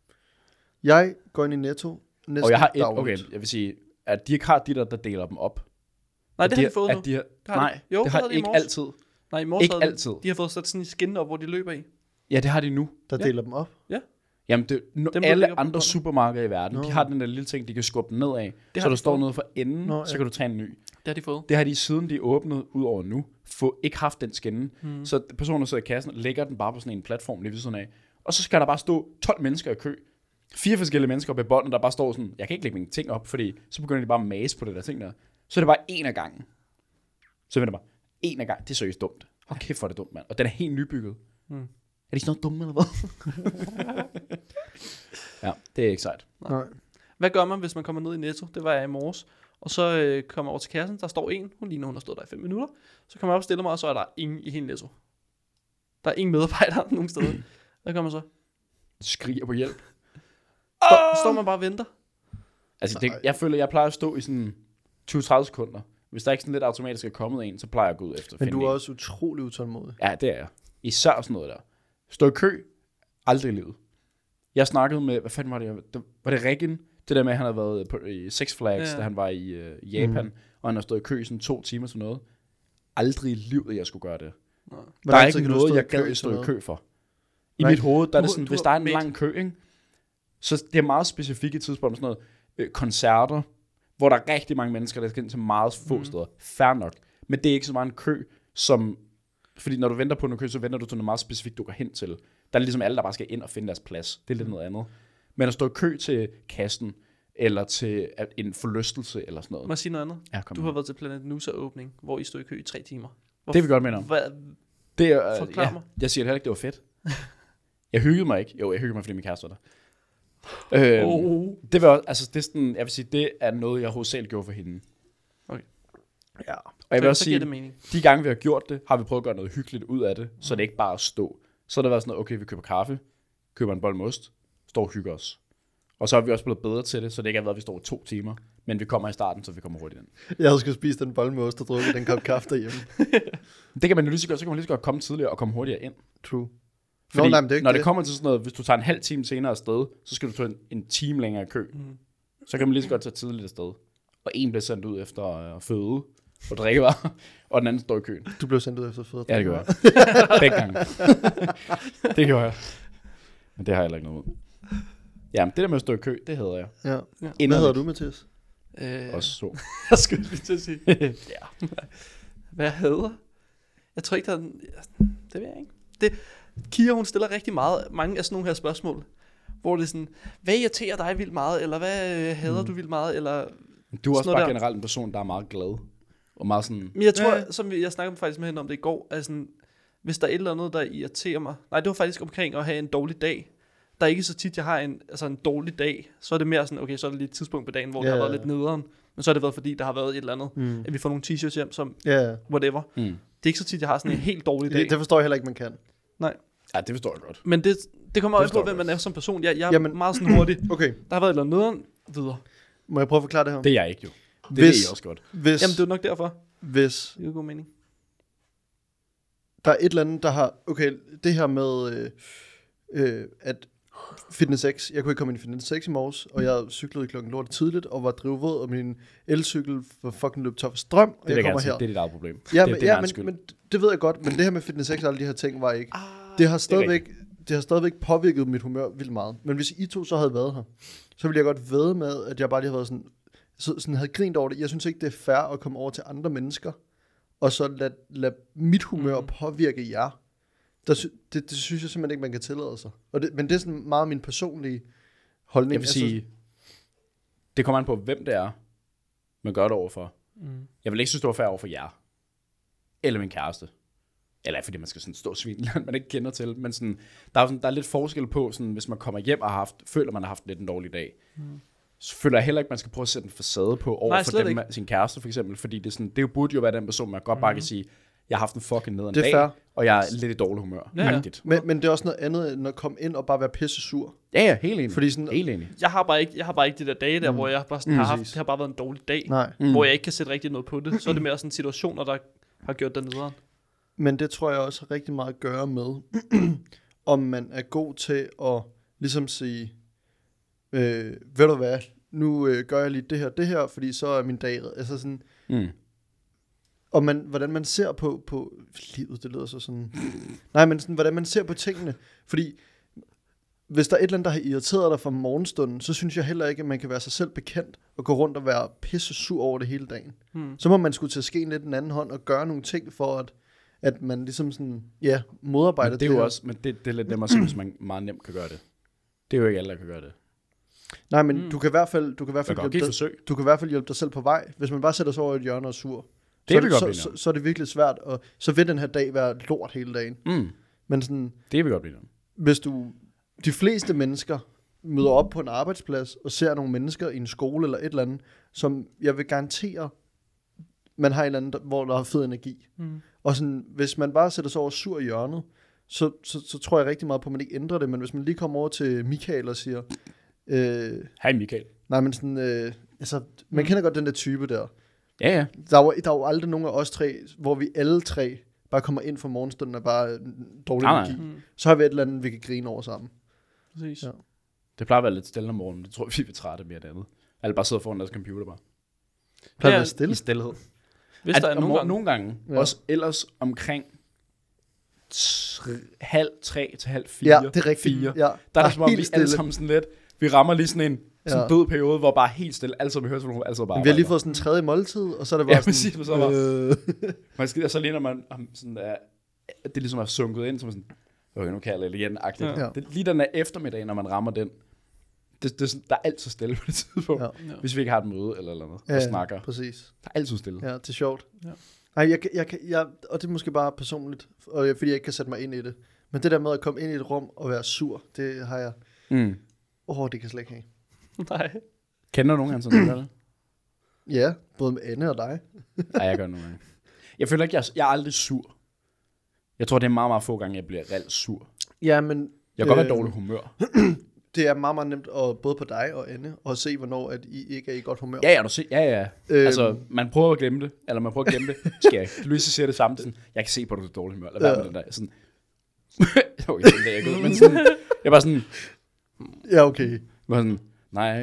Jeg går ind i Netto næsten Og jeg har et, dagligt. okay, jeg vil sige, at de ikke har de der, der deler dem op. Nej, At det har de fået at nu. de har, Det har de. nej, Jo, det det har havde de i ikke morges. altid. Nej, i morges Ikke havde de- altid. De har fået sat sådan en skin op, hvor de løber i. Ja, det har de nu. Der Ja. deler dem op. Jamen, det, no, Dem, der alle ligger på andre bunden. supermarkeder i verden, Nå. de har den der lille ting, de kan skubbe den ned af. har Så de der står fået. noget for enden, Nå, så ja. kan du tage en ny. Det har de fået. Det har de siden de åbnede ud over nu, få, ikke haft den skinne. Hmm. Så personen, der sidder i kassen, lægger den bare på sådan en platform lige ved siden af. Og så skal der bare stå tolv mennesker i kø. Fire forskellige mennesker på bånden, der bare står sådan, jeg kan ikke lægge mine ting op, fordi så begynder de bare at mase på det der ting der. Så er det bare en af gangen. Så vender bare, en af gangen. Det er seriøst dumt. Hold kæft, hvor er det dumt, mand. Og den er helt nybygget. Hmm. Er de sådan noget dumme, eller hvad? Ja, det er ikke sejt. Nej. Hvad gør man, hvis man kommer ned i Netto? Det var jeg i morges. Og så øh, kommer jeg over til kassen. Der står en. Hun ligner, hun har stået der i fem minutter. Så kommer jeg op og stiller mig, og så er der ingen i hele Netto. Der er ingen medarbejdere nogen steder. Hvad gør man så? Skriger på hjælp. Står, står man bare og venter? Altså, det, jeg føler, jeg plejer at stå i sådan tyve til tredive sekunder. Hvis der ikke sådan lidt automatisk er kommet en, så plejer jeg at gå ud efter. at Men finde du er en. også utrolig utålmodig. Ja, det er jeg. Især sådan noget der. Stå i kø. Aldrig i livet. Jeg snakkede med, hvad fanden var det? jeg- det var det Regan? Det der med, at han havde været på, i Six Flags, Ja. da han var i øh, Japan. Mhm. Og han har stået i kø i sådan to timer til noget. Aldrig i livet, jeg skulle gøre det. Nej. Der er lang ikke tid kan du noget, stå i jeg kø gad til at stå i noget? kø for. I Nej. mit hoved, der er Du- det sådan, du hvis har- der er en mate. lang kø, ikke? Så det er meget specifikke tidspunkter, sådan noget øh, koncerter, hvor der er rigtig mange mennesker, der skal ind til meget få Mhm. mm. steder. Fair nok. Men det er ikke så meget en kø, som... Fordi når du venter på en kø, så venter du til noget meget specifikt, du går hen til. Der er ligesom alle, der bare skal ind og finde deres plads. Det er lidt noget andet. Men at stå i kø til kassen, eller til at- en forlystelse, eller sådan noget. Må jeg sige noget andet? Ja, kom Du med. har været til Planet Nusa åbning, hvor I stod i kø i tre timer. Hvor Det er vi godt med om. Hvad? Det er, øh, Forklar ja, mig. jeg siger heller ikke, det var fedt. Jeg hyggede mig ikke. Jo, jeg hyggede mig, fordi min kæreste var der. Øhm, Oh. Det var også, altså det er sådan, jeg vil sige, det er noget, jeg hovedsageligt gjorde for hende. Ja. Og jeg vil så, også så giver sige, det mening. de gange vi har gjort det, har vi prøvet at gøre noget hyggeligt ud af det, så det ikke bare er at stå. Så har det været sådan noget, okay, vi køber kaffe, køber en bold med ost, står og hygger os. Og så har vi også blevet bedre til det, så det ikke har været, at vi står i to timer, men vi kommer i starten, så vi kommer hurtigt ind. Jeg havde skulle spise den bolle med ost og drukke den kop kaffe derhjemme. Det kan man jo lige så godt, så kan man lige så godt komme tidligere og komme hurtigere ind. True. Fordi Nå, nej, men det er ikke når det det. kommer til sådan noget, hvis du tager en halv time senere afsted, så skal du tage en, en time længere i kø. Mm. Så kan man lige så godt tage tidligt afsted. Og en bliver sendt ud efter øh, føde og drikkevarer, og den anden står i køen. Du blev sendt ud efter fødder. Ja, det gør jeg. Begge gange. Det gør jeg. Men det har jeg heller ikke noget ud. Ja, men det der med at stå i kø, det hedder jeg. Ja. Ja. Hvad Inderligt. hedder du, Mathias? Øh, Også så. jeg skulle lige til at sige. Ja. Hvad jeg hader? Jeg tror ikke, der er... en- Det ved jeg ikke. Det, Kira, hun stiller rigtig meget, mange af sådan nogle her spørgsmål, hvor det er sådan, hvad irriterer dig vildt meget, eller hvad øh, hader mm. du vildt meget, eller... Du er også Sådan noget bare der. generelt en person, der er meget glad. Og meget sådan... Men jeg tror, Ja. ja. som vi- jeg snakkede faktisk med hende om det i går, at sådan, hvis der er et eller andet, der irriterer mig... Nej, det var faktisk omkring at have en dårlig dag. Der er ikke så tit, jeg har en, altså en dårlig dag. Så er det mere sådan, okay, så er det lige et tidspunkt på dagen, hvor Ja, det har været ja. lidt nederen. Men så har det været, fordi der har været et eller andet, Mm. at vi får nogle t-shirts hjem, som Ja, ja. whatever. Mm. Det er ikke så tit, jeg har sådan en helt dårlig dag. Det, det forstår jeg heller ikke, man kan. Ja, det forstår jeg godt. Men det, det kommer Det også på, forstår hvem jeg man er som person. Jeg, jeg er Jamen- meget sådan hurtig. Okay, Der har været et eller andet nederen, videre. må jeg prøve at forklare det her? Det er jeg ikke, jo. Det Hvis- ved jeg også godt. Hvis, Jamen, det er nok derfor. hvis Det er jo god mening. der er et eller andet, der har... Okay, det her med, øh, øh, at Fitness X, jeg kunne ikke komme ind i Fitness X i morges, og jeg cyklede klokken lort tidligt, og var drivvåd, og min elcykel var fucking løbet tør for strøm, og Det vil jeg jeg kommer gerne sige. her. Det er dit eget problem. Ja, det, men, det er ja min men, skyld. men det ved jeg godt, men det her med Fitness X og alle de her ting var ikke... Ah, Det har det er stadigvæk, det har stadigvæk påvirket mit humør vildt meget. Men hvis I to så havde været her, så ville jeg godt vædde med, at jeg bare lige havde været sådan... så, sådan havde grint over det. Jeg synes ikke, det er fair at komme over til andre mennesker, og så lade, lad mit humør mm. påvirke jer. Der, det, det synes jeg simpelthen ikke, man kan tillade sig. Og det, men det er sådan meget min personlige holdning. Jeg vil sige, altså, det kommer an på, hvem det er, man gør det overfor. Mm. Jeg vil ikke synes, det var fair overfor jer. Eller min kæreste. Eller fordi man skal sådan stå og svine, man ikke kender til. Men sådan, der, er sådan, der er lidt forskel på, sådan, hvis man kommer hjem og har haft, føler, man har haft lidt en dårlig dag. Mm. Så føler jeg heller ikke, man skal prøve at sætte en facade på over Nej, for dem, med sin kæreste for eksempel. Fordi det, er sådan, det burde jo være den person, man godt mm. bare kan sige, jeg har haft en fucking nederen dag, fair. Og jeg er lidt i dårlig humør. Ja, ja. Men, men det er også noget andet, end at komme ind og bare være pisse sur. Ja, ja, helt enig. Fordi sådan, helt enig. Jeg har bare ikke, jeg har bare ikke de der dage der, mm. hvor jeg bare sådan, mm, har haft, det har bare været en dårlig dag. Nej. Mm. Hvor jeg ikke kan sætte rigtig noget på det. Så er det mere sådan situationer, der har gjort den nederen. Men det tror jeg også har rigtig meget at gøre med, om man er god til at ligesom sige, øh, ved du hvad, nu øh, gør jeg lige det her, det her, fordi så er min dag, altså sådan, mm. og man, hvordan man ser på, på livet, det lyder så sådan, nej, men sådan, hvordan man ser på tingene, fordi hvis der er et eller andet, der har irriteret dig fra morgenstunden, så synes jeg heller ikke, at man kan være sig selv bekendt og gå rundt og være pisse sur over det hele dagen. Hmm. Så må man skulle tage skeen lidt den anden hånd og gøre nogle ting for, at, at man ligesom sådan, ja, modarbejder det. Men det er jo også, men det, det er lidt nemmere, hvis man meget nemt kan gøre det. Det er jo ikke alle, der kan gøre det. Nej, men mm. du kan i hvert fald, du kan i hvert fald hjælpe dig, du kan i hvert fald hjælpe dig selv på vej, hvis man bare sætter sig over et hjørne og sur. Det så, vil godt så, blive så, så er det virkelig svært, og så vil den her dag være lort hele dagen. Mm. Men sådan, det vil godt blive noget. Hvis du, de fleste mennesker møder op på en arbejdsplads og ser nogle mennesker i en skole eller et eller andet, som jeg vil garantere, man har et eller andet, hvor der er fed energi. Mm. Og sådan, hvis man bare sætter sig over sur i hjørnet, så, så, så tror jeg rigtig meget på, at man ikke ændrer det. Men hvis man lige kommer over til Michael og siger, øh, hej Michael. Nej, men sådan, øh, altså, man mm. kender godt den der type der. Ja, ja. Der er, jo, der er jo aldrig nogen af os tre, hvor vi alle tre bare kommer ind for morgenstunden og bare dårlig nej, energi. nej. Så har vi et eller andet, vi kan grine over sammen. Præcis. Ja. Det plejer at være lidt stille om morgenen. Det tror jeg, vi er trætte mere af det andet. Eller bare sidder foran deres computer bare. Plejer at være stille? I stillhed. Hvis at, der er nogle gange. Nogle gange. Ja. Også ellers omkring tre, halv tre til halv fire. Ja, det er rigtigt. Fire. Ja. Der er der som om, vi alle sammen sådan lidt. Vi rammer lige sådan en ja. sådan død periode, hvor bare helt stille. Altid vi hører sådan altid bare. Vi har lige fået sådan en tredje måltid, og så er det bare ja, sådan. Præcis, så bare, øh. man skal, og så ligner man sådan der, det er ligesom er sunket ind, som sådan, okay, nu kan jeg lidt igen-agtigt. Ja. Det, lige den der eftermiddag, når man rammer den, det, det er sådan, der er altid stille på det tidspunkt. Ja. Hvis vi ikke har et møde eller noget, ja, og snakker. Præcis. Der er altid stille. Ja, det er sjovt. Ja. Nej, jeg, jeg, jeg, jeg, og det er måske bare personligt, og jeg, fordi jeg ikke kan sætte mig ind i det. Men det der med at komme ind i et rum og være sur, det har jeg... Mm. Åh, oh, det kan jeg slet ikke have. Nej. Kender du nogen gange sådan, der gør det? Ja, både med Anne og dig. Nej, jeg gør nogle gange. Jeg føler ikke, jeg, jeg er aldrig sur. Jeg tror, det er meget, meget få gange, jeg bliver reelt sur. Ja, men... Jeg kan øh, godt være dårlig humør. Det er meget, meget nemt, at, både på dig og Anne, at se, hvornår at I ikke er i godt humør. Ja, ja, du se, ja, ja. Øhm. Altså, man prøver at glemme det, eller man prøver at glemme det. Skal jeg ikke? Louise siger det samme, sådan, jeg kan se på, at du er dårlig humør. Lad være ja. med den der. Sådan, okay, det er ikke ud, men sådan, jeg var sådan... Ja, okay. Jeg var sådan, nej.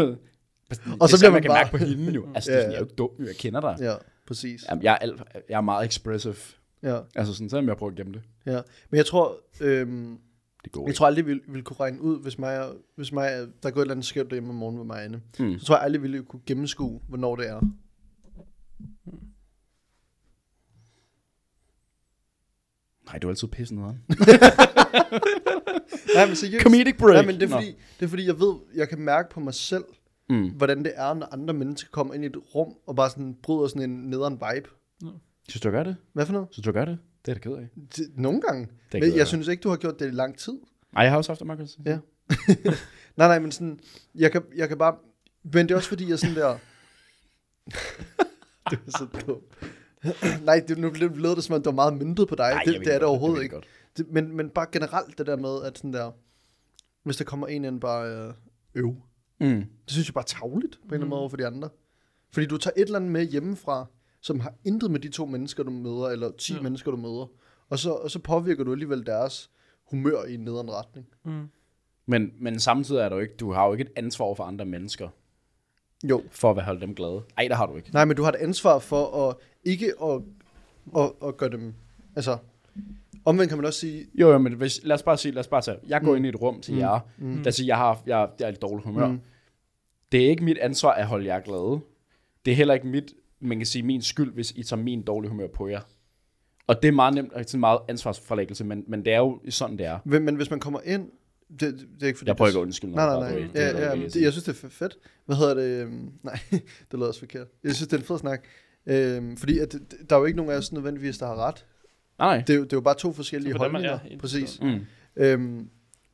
Og så bliver man man kan bare... mærke på hende jo. Altså, ja, ja. Jeg er jo ikke dum, jeg kender dig. Ja, præcis. Jamen, jeg, er alt, jeg er meget expressive. Ja. Altså sådan, selvom jeg prøver at gemme det. Ja, men jeg tror... Øhm, det går jeg ikke. tror aldrig, vi ville, ville kunne regne ud, hvis, mig, hvis mig, der går et eller andet skævt derhjemme om morgenen med mig og Anne. Mm. Så tror jeg aldrig, vi ville kunne gennemskue, hvornår det er. Mm. Nej, du er altid pisse nederen. Nej, men seriøst. Comedic break. Nej, men det er, fordi, det er fordi, jeg ved, jeg kan mærke på mig selv, mm. hvordan det er, når andre mennesker kommer ind i et rum, og bare sådan bryder sådan en nederen vibe. Ja. Synes du gør det? Hvad for noget? Synes du gør det? Det er da ked af. Det, nogle gange. Men jeg, jeg synes ikke, du har gjort det i lang tid. Nej, jeg har også haft det, Marcus. Ja. nej, nej, men sådan, jeg kan, jeg kan bare, men det er også fordi, jeg sådan der, det er så dumt. Nej, det, nu lød det som om, det var meget myntet på dig. Nej, det, det er det overhovedet ikke. Det, men, men bare generelt det der med, at sådan der, hvis der kommer en ind bare øh, øv. Mm. Det synes jeg bare er tavligt på en eller anden måde over for de andre. Fordi du tager et eller andet med hjemmefra, som har intet med de to mennesker, du møder, eller ti ja. mennesker, du møder. Og så, og så påvirker du alligevel deres humør i en nederen retning. Mm. Men, men samtidig er du ikke, du har jo ikke et ansvar over for andre mennesker. Jo. For at holde dem glade. Ej, der har du ikke. Nej, men du har et ansvar for at ikke at, at, at gøre dem, altså, omvendt kan man også sige... Jo, jo, men hvis, lad os bare sige, lad os bare tage, jeg går mm. ind i et rum til mm. jer, mm. der siger, jeg har, jeg, jeg er i dårlig humør. Mm. det er ikke mit ansvar at holde jer glade. Det er heller ikke mit, man kan sige, min skyld, hvis I tager min dårlige humør på jer. Og det er meget nemt, og meget ansvarsforlæggelse, men, men det er jo sådan, det er. Men hvis man kommer ind, det, det er ikke fordi... Jeg prøver ikke at undskylde. Nej, nej, nej. Ja, ja, ja, det, jeg synes, det er fedt. Hvad hedder det? Nej, det lyder også forkert. Jeg synes, det er en fed snak. Øhm, fordi at, der er jo ikke nogen af os nødvendigvis, der har ret. Nej, nej. Det er, jo, det er jo bare to forskellige holdninger. Ja, præcis. Mm. Øhm,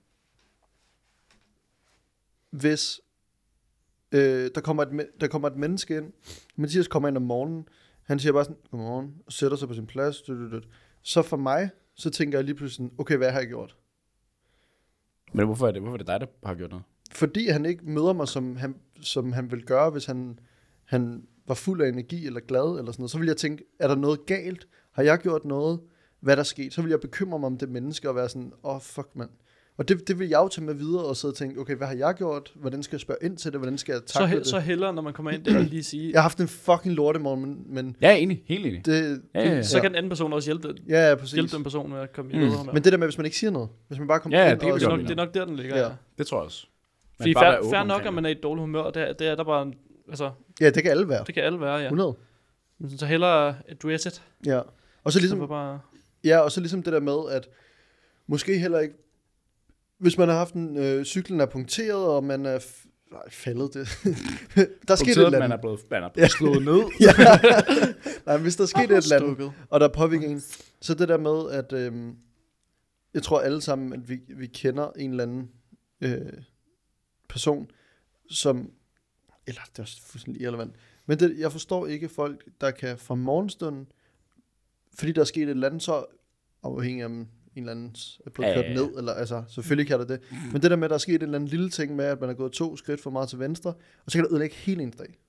hvis øh, der, kommer et, der kommer et menneske ind, Mathias kommer ind om morgenen, han siger bare sådan, godmorgen, og sætter sig på sin plads, du, du, du. Så for mig, så tænker jeg lige pludselig, okay, hvad har jeg gjort? Men hvorfor er det, hvorfor er det dig, der har gjort noget? Fordi han ikke møder mig, som han, som han ville gøre, hvis han, han var fuld af energi eller glad, eller sådan noget. Så vil jeg tænke, er der noget galt? Har jeg gjort noget? Hvad der er sket? Så vil jeg bekymre mig om det menneske, og være sådan, åh, oh, fuck, mand. Og det, det vil jeg jo tage med videre, og sidde og tænke, okay, hvad har jeg gjort? Hvordan skal jeg spørge ind til det? Hvordan skal jeg Så, takle he, det? så hellere, når man kommer ind, det vil lige sige, Jeg har haft en fucking lortemorgen, men, men Jeg er enig, helt enig. det... Ja, ja, ja. så kan den anden person også hjælpe, den, Ja, ja, præcis. hjælpe den person med at komme i Mm. bedre humør. Men det der med, hvis man ikke siger noget. Hvis man bare kommer Ja, ja, ind det kan og... vi det, er godt nok, det er nok der, den ligger. Ja. Ja. Det tror jeg også. Men Fordi bare være fair, åben fair omkring nok, at man det. er i et dårligt humør, det er, det er der bare, altså, Ja, det kan alle være. det kan alle være, ja. hundrede. Men så hellere address it. Ja. Og så Ligesom, ligesom... bare, Ja, og så ligesom det der med, at måske heller ikke, hvis man har haft en, øh, cyklen er punkteret, og man er f- nej, faldet det. der er sket et Punkteret, eller man er andet. blevet, man er blevet slået ned. Ja. Nej, men hvis der er sket et eller andet, stukket. og der er påvirket en, så det der med, at øh, jeg tror alle sammen, at vi, vi kender en eller anden øh, person, som, eller det er også fuldstændig irrelevant, men det, jeg forstår ikke folk, der kan fra morgenstunden, fordi der er sket et eller andet, så afhængig af om en eller anden er blevet Ja, kørt ja, ja. ned, eller altså, selvfølgelig kan der det. Men det der med, at der er sket en eller anden lille ting med, at man er gået to skridt for meget til venstre, og så kan det ødelægge hele ens dag.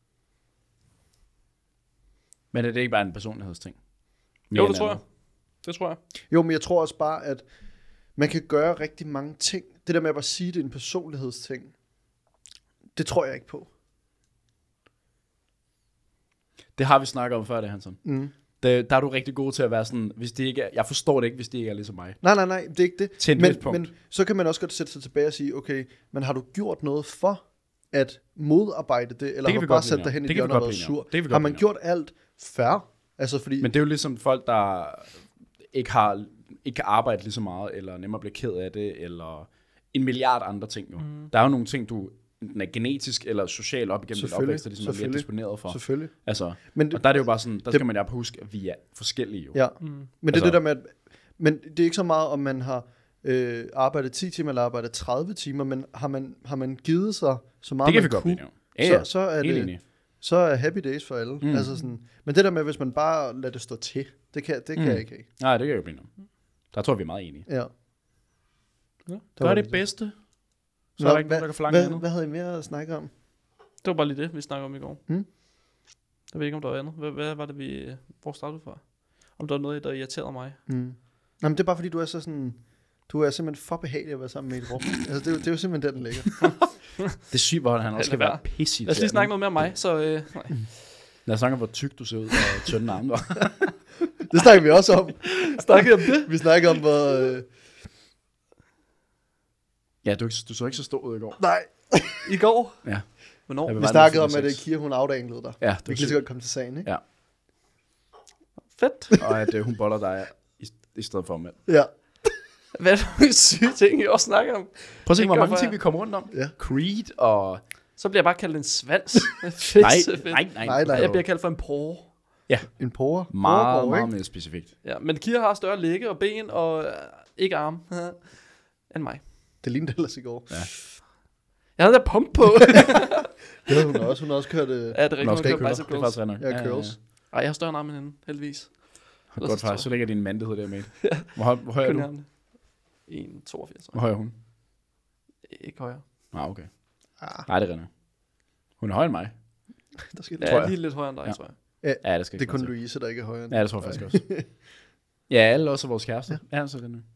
Men er det ikke bare en personlighedsting? Jo, det tror jeg. Det tror jeg. Jo, men jeg tror også bare, at man kan gøre rigtig mange ting. Det der med at bare sige, det er en personlighedsting, det tror jeg ikke på. Det har vi snakket om før, det Hansen. Mm. Det, der er du rigtig god til at være sådan, hvis det ikke er, jeg forstår det ikke, hvis det ikke er ligesom mig. Nej, nej, nej, det er ikke det. Til et Men, vist punkt. men så kan man også godt sætte sig tilbage og sige, okay, men har du gjort noget for at modarbejde det, eller kan har vi du bare godt sat blive dig hen i enige om. et Det kan hjørne vi og godt været blive enige om. sur? Det kan vi Har godt man blive gjort alt fair? Altså fordi... Men det er jo ligesom folk, der ikke har ikke kan arbejde lige så meget, eller nemmere bliver ked af det, eller en milliard andre ting jo. Mm. Der er jo nogle ting, du enten er genetisk eller social op igennem dit Selvfølgelig, opvækst, der ligesom er mere selvfølgelig. disponeret for. Selvfølgelig. Altså, Men og der er det jo bare sådan, der det- skal man jo bare huske, at vi er forskellige jo. Ja, Mm. men det er Altså- det der med, at, men det er ikke så meget, om man har øh, arbejdet ti timer, eller arbejdet tredive timer, men har man, har man givet sig så meget, Det kan vi man godt kunne, blive enige om. Ja, så, ja. så er Helt det... enig. Så er happy days for alle. Mm. Mm. Altså sådan, men det der med, hvis man bare lader det stå til, det kan, det kan Mm. jeg ikke have. Nej, det kan jeg jo blive enige om. Der tror jeg, vi er meget enige. Ja. Ja. Der Gør var det det. bedste. Så Nå, er der ikke hvad, nogen, der kan forlange hvad, andet. hvad havde I mere at snakke om? Det var bare lige det, vi snakkede om i går. Mm. Jeg ved ikke, om der var andet. Hvad, hvad var det, vi... Hvor startede vi fra? Om der var noget, der irriterede mig. Mm. Nej, men det er bare fordi, du er så sådan... Du er simpelthen for behagelig at være sammen med i et rum. altså, det er, jo, det er jo simpelthen der, den ligger. Det er sygt, hvor han også Lad skal være. være pissig. Lad os lige snakke noget mere om mig, så... Øh, nej. Lad os snakke om, hvor tyk du ser ud, og tynde arme var. Det snakker vi også om. Snakkede om det? Vi snakker om, hvor... Øh... Ja, du, du så ikke så stor ud i går. Nej. I går? Ja. Hvornår? Jeg vil Vi bare snakkede lige om, sige at sex. Kira, hun outanglede dig. Ja, Vi det kan var lige så sygt. godt komme til sagen, ikke? Ja. Fedt. Og at øh, hun boller dig i, i stedet for mænd. Ja. Hvad er det for syge ting, I også snakker om? Prøv at se, Det hvor gør mange for- ting vi kommer rundt om. Ja. Creed og... Så bliver jeg bare kaldt en svans. fedt, Nej, fedt. nej, nej. Nej, nej. Jeg bliver kaldt for en porre. En porre. Meget, Porregård, meget ikke? mere specifikt. Ja, men Kira har større lægge og ben og øh, ikke arme end mig. Det lignede ellers i går. Ja. Jeg havde der pump på. Det havde hun også. Hun har også kørt... Øh... ja, det er rigtigt, Nå, hun skal kører ikke køre. bicep Det er curls. faktisk ret nok. Ja, curls. Ej, jeg har større arme end hende, heldigvis. Ja, godt faktisk. Så ligger din mandighed der med. Hvor, høj- hvor høj er Kun du? armene. en komma toogfirs. Hvor høj er hun? Ikke højere. Ah, okay. Ah, Nej, det er rigtigt. Hun er højere end mig. der skal Ja, Tror jeg. lige lidt højere end dig, Ja. tror jeg. Ja, det skal det er ikke kun meget til. Louise, der ikke er højere end. Ja, det tror jeg faktisk også. Ja, alle også er vores kærester. Ja, ja så er det nu.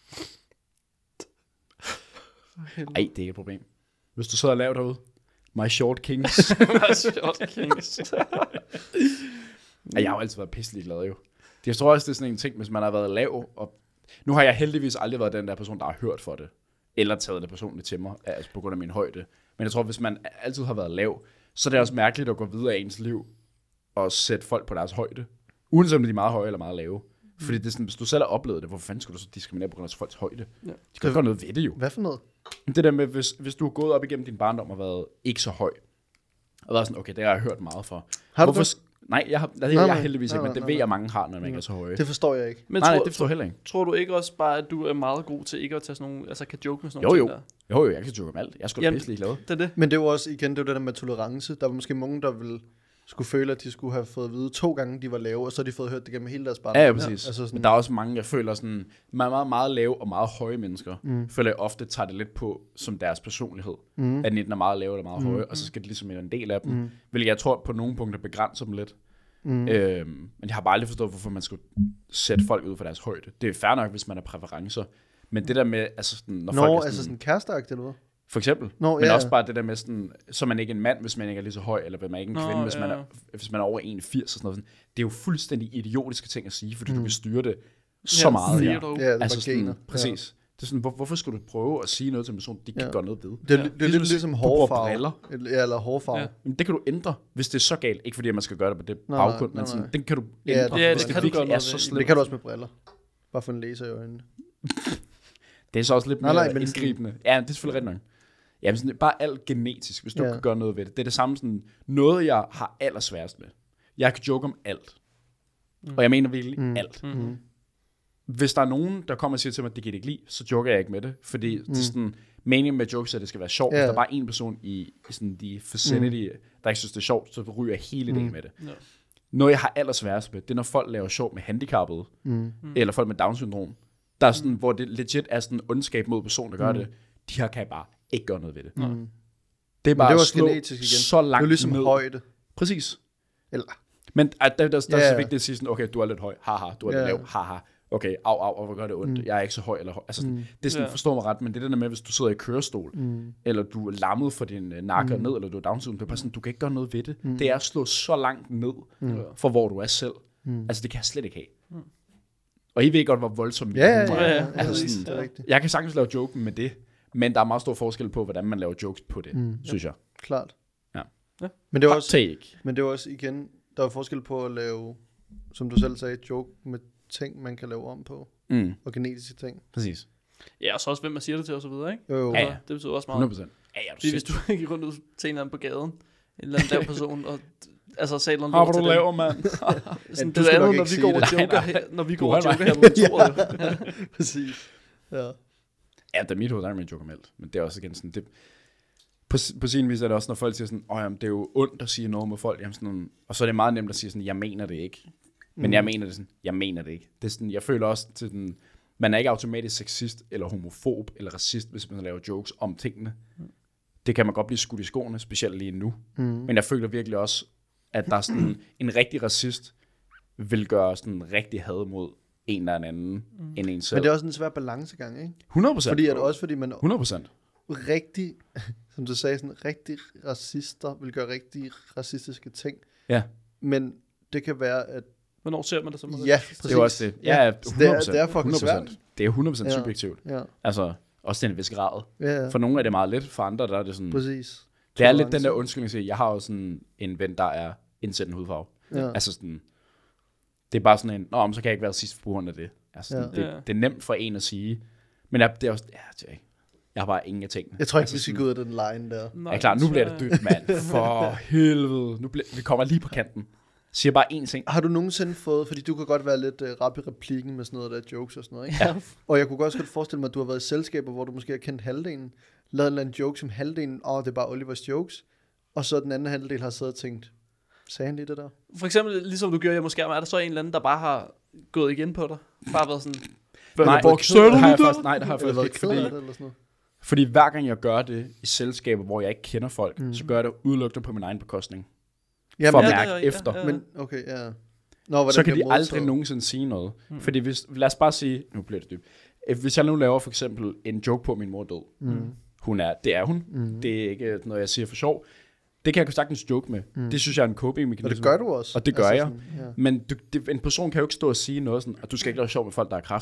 Ej, det er ikke et problem. Hvis du sidder og laver derude. My short kings. Short kings. Ja, jeg har jo altid været pisselig glad jo. Jeg tror også, det er sådan en ting, hvis man har været lav. Og nu har jeg heldigvis aldrig været den der person, der har hørt for det. Eller taget det personligt til mig, altså på grund af min højde. Men jeg tror, hvis man altid har været lav, så er det også mærkeligt at gå videre af ens liv og sætte folk på deres højde. Uanset om de er meget høje eller meget lave. Fordi det er sådan, hvis du selv har oplevet det, hvorfor fanden skulle du så diskriminere på grund af folks højde? Ja. De kan ikke gøre noget ved det jo. Hvad for noget? Det der med, hvis, hvis du har gået op igennem din barndom og været ikke så høj, og været sådan, okay, det har jeg hørt meget for. Har du hvorfor, det? Nej, jeg har, altså, nej, jeg har heldigvis nej, ikke, men nej, det nej, ved nej. jeg, mange har, når man ikke er så høje. Det forstår jeg ikke. Men nej, tror, nej, det forstår jeg heller ikke. Tror du ikke også bare, at du er meget god til ikke at tage sådan nogle, altså kan joke med sådan Jo, nogle jo. ting der? Jo, jo, jeg kan joke om alt. Jeg er sgu da Jamen, pisselig glad. Det er det. Men det er jo også, igen, det er jo det der med tolerance. Der var måske mange, der ville skulle føle, at de skulle have fået at vide to gange, de var lave, og så har de fået hørt det gennem hele deres barndom. Ja, ja, præcis. Ja. Altså sådan, Men der er også mange, jeg føler sådan, meget, meget, meget lave og meget høje mennesker, mm. føler jeg ofte tager det lidt på som deres personlighed. Mm. At enten er meget lave eller meget mm. høje, og så skal det ligesom være en del af dem. Mm. Hvilket jeg tror på nogle punkter begrænser dem lidt. Mm. Øhm, men jeg har bare aldrig forstået, hvorfor man skulle sætte folk ud for deres højde. Det er fair nok, hvis man har præferencer. Men det der med, altså sådan, når Nå, folk er sådan, altså sådan kæresteagtigt eller hvad? for eksempel. Nå, men ja, også ja. bare det der med sådan, så er man ikke en mand, hvis man ikke er lige så høj, eller man er ikke en Nå, kvinde, hvis, ja. man er, hvis man er over en firs og sådan noget. Det er jo fuldstændig idiotiske ting at sige, fordi mm. du kan styre det så Ja, meget siger her. du. Ja, det Altså var sådan, gener. præcis. Det er sådan, hvor, hvorfor skulle du prøve at sige noget til en person, de ikke Ja. kan gøre noget ved? Det er, Ja. ja. det er Ligesom lidt ligesom du bruger hårfarve. briller. Eller, ja, eller hårfarve. Ja. Ja. Men det kan du ændre, hvis det er så galt. Ikke fordi, at man skal gøre det på det Nej, baggrund, nej, men sådan, nej. den kan du Ja, ændre. det- ja, hvis det det kan du virkelig gøre er noget så ved. slemt. Det kan du også med briller. Bare for en laser i øjnene. Det er så også lidt Nej, mere nej, men indgribende. Ja, det er selvfølgelig rigtigt nok. Ja, men sådan, bare alt genetisk, hvis du Ja. kan gøre noget ved det. Det er det samme sådan, noget jeg har allersværest med. Jeg kan joke om alt. Mm. Og jeg mener virkelig mm. alt. Mm-hmm. Hvis der er nogen, der kommer og siger til mig, at det kan de ikke lide, så joker jeg ikke med det. Fordi mm. det er sådan, meningen med jokes er, at det skal være sjovt. Ja. Hvis der er bare en person i, i sådan de vicinity, mm. der ikke synes, det er sjovt, så ryger hele ideen Mm. med det. Ja. Noget, jeg har allersværest med, det er, når folk laver sjov med handicappede, Mm. eller folk med Down-syndrom. Der er sådan, hvor det legit er sådan en ondskab mod personen, der gør Mm. det. De her kan jeg bare ikke gøre noget ved det. Mm. Det er Men bare det er at også slå genetisk igen. så Det er langt jo ligesom ned. højde. Præcis. Eller, Men at der, der, der, der Ja, er så ja. vigtigt at sige sådan, okay, du er lidt høj, haha, du er Ja. lidt lav, haha, okay, au, au, og hvor gør det ondt, Mm. jeg er ikke så høj eller høj. Altså sådan, Mm. det er sådan, Ja. forstår mig ret, men det er det der med, hvis du sidder i kørestol, mm. eller du er lammet for din øh, nakke Mm. ned, eller du er down syndrom, det er bare sådan, du kan ikke gøre noget ved det. Mm. Det er at slå så langt ned, Mm. for hvor du er selv. Mm. Altså, det kan jeg slet ikke have. Og I ved godt, hvor voldsomt Ja, ja, humor ja, er. ja, ja, ja, Altså præcis, sådan, det er rigtigt. jeg kan sagtens lave joke med det, men der er meget stor forskel på, hvordan man laver jokes på det, Mm. synes jeg. Klart. Ja. Ja. Men det er Hot også, take. men det er også igen, der er forskel på at lave, som du selv sagde, joke med ting, man kan lave om på, Mm, og genetiske ting. præcis. Ja, og så også, hvem man siger det til og så videre, ikke? Jo, jo. Ja, ja. Det betyder også meget. hundrede procent. Ja, ja, du Fordi hvis du sindssyg. gik rundt ud til en eller anden på gaden, en eller anden lav person, og altså sagde noget Har lort du til laver, mand? dem. Sådan, du det skal er nok andet, når ikke vi sige går og det. joker, Nej, nej. her- når vi går Du og har joker mig. her på kontoret. jo. Præcis. Ja. Ja, det er mit hoved, der er med joke om alt. Men det er også igen sådan, det, på, på sin vis er det også, når folk siger sådan, åh, jamen, det er jo ondt at sige noget med folk, jamen, sådan, og så er det meget nemt at sige sådan, jeg mener det ikke. Men Mm. jeg mener det sådan, jeg mener det ikke. Det er sådan, jeg føler også til den, man er ikke automatisk sexist, eller homofob, eller racist, hvis man laver jokes om tingene. Det kan man godt blive skudt i skoene, specielt lige nu. Mm. Men jeg føler virkelig også, at der er sådan, en rigtig racist vil gøre sådan rigtig had mod en eller anden, mm. end en selv. Men det er også en svær balancegang, ikke? hundrede procent. Fordi at også fordi man hundrede procent. rigtig, som du sagde, sådan rigtig racister vil gøre rigtig racistiske ting. Ja. Men det kan være, at Hvornår ser man det som? ja, Det præcis. er jo også det. Ja, ja, Så hundrede det er, procent. det er fucking hundrede svært. procent. Det er hundrede procent Ja. subjektivt. Ja, Altså, også til en vis grad. ja, ja. For nogle er det meget let, for andre der er det sådan... Præcis. Det er lidt den Tolerance. der undskyldning til, jeg har jo sådan en ven, der er indsættende hudfarve. Ja. Altså sådan... Det er bare sådan en, nå, men så kan jeg ikke være sidst på grund af det. Altså, sådan, Ja. det, Ja. det er nemt for en at sige. Men jeg, det er også... Ja, det er ikke. Jeg har bare ingen af tingene. Jeg tror ikke, altså, vi skal gå ud af den line der. Nej, Ja, klar, nu så- bliver det dødt, mand. For helvede. Nu bliver, vi kommer lige på kanten. Siger bare én ting. Har du nogensinde fået, fordi du kan godt være lidt uh, rap i replikken med sådan noget der jokes og sådan noget, ikke? Ja. Og jeg kunne også godt forestille mig, at du har været i selskaber, hvor du måske har kendt halvdelen, lavet en eller anden joke som halvdelen, åh, oh, det er bare Olivers jokes, og så den anden halvdel har siddet og tænkt, sagde han lige det der? For eksempel, ligesom du gjorde hjemme hos Skærm, er der så en eller anden, der bare har gået igen på dig? Bare været sådan, Nej, hvor det ked af har jeg det? faktisk, nej, det har jeg Eller faktisk været ikke, ked af fordi, det, eller sådan noget? fordi hver gang jeg gør det i selskaber, hvor jeg ikke kender folk, Mm. mm. så gør jeg det udelukkende på min egen bekostning. Jamen, For at Ja, mærke det er- ja, efter. ja. men okay, ja. Nå, hvordan Så kan bliver de aldrig modtaget? nogensinde sige noget. Mm. Fordi hvis, lad os bare sige, nu bliver det dybt. Øh, Hvis jeg nu laver for eksempel en joke på, at min mor er død. Mm. Hun er, det er hun. Mm. Det er ikke noget, jeg siger for sjov. Det kan jeg sagtens joke med. Mm. Det synes jeg er en coping-mekanisme. Og det gør du også. Og det gør jeg. Sådan, ja. Men du, det, en person kan jo ikke stå og sige noget sådan, at du skal ikke lave sjov med folk, der er kræften.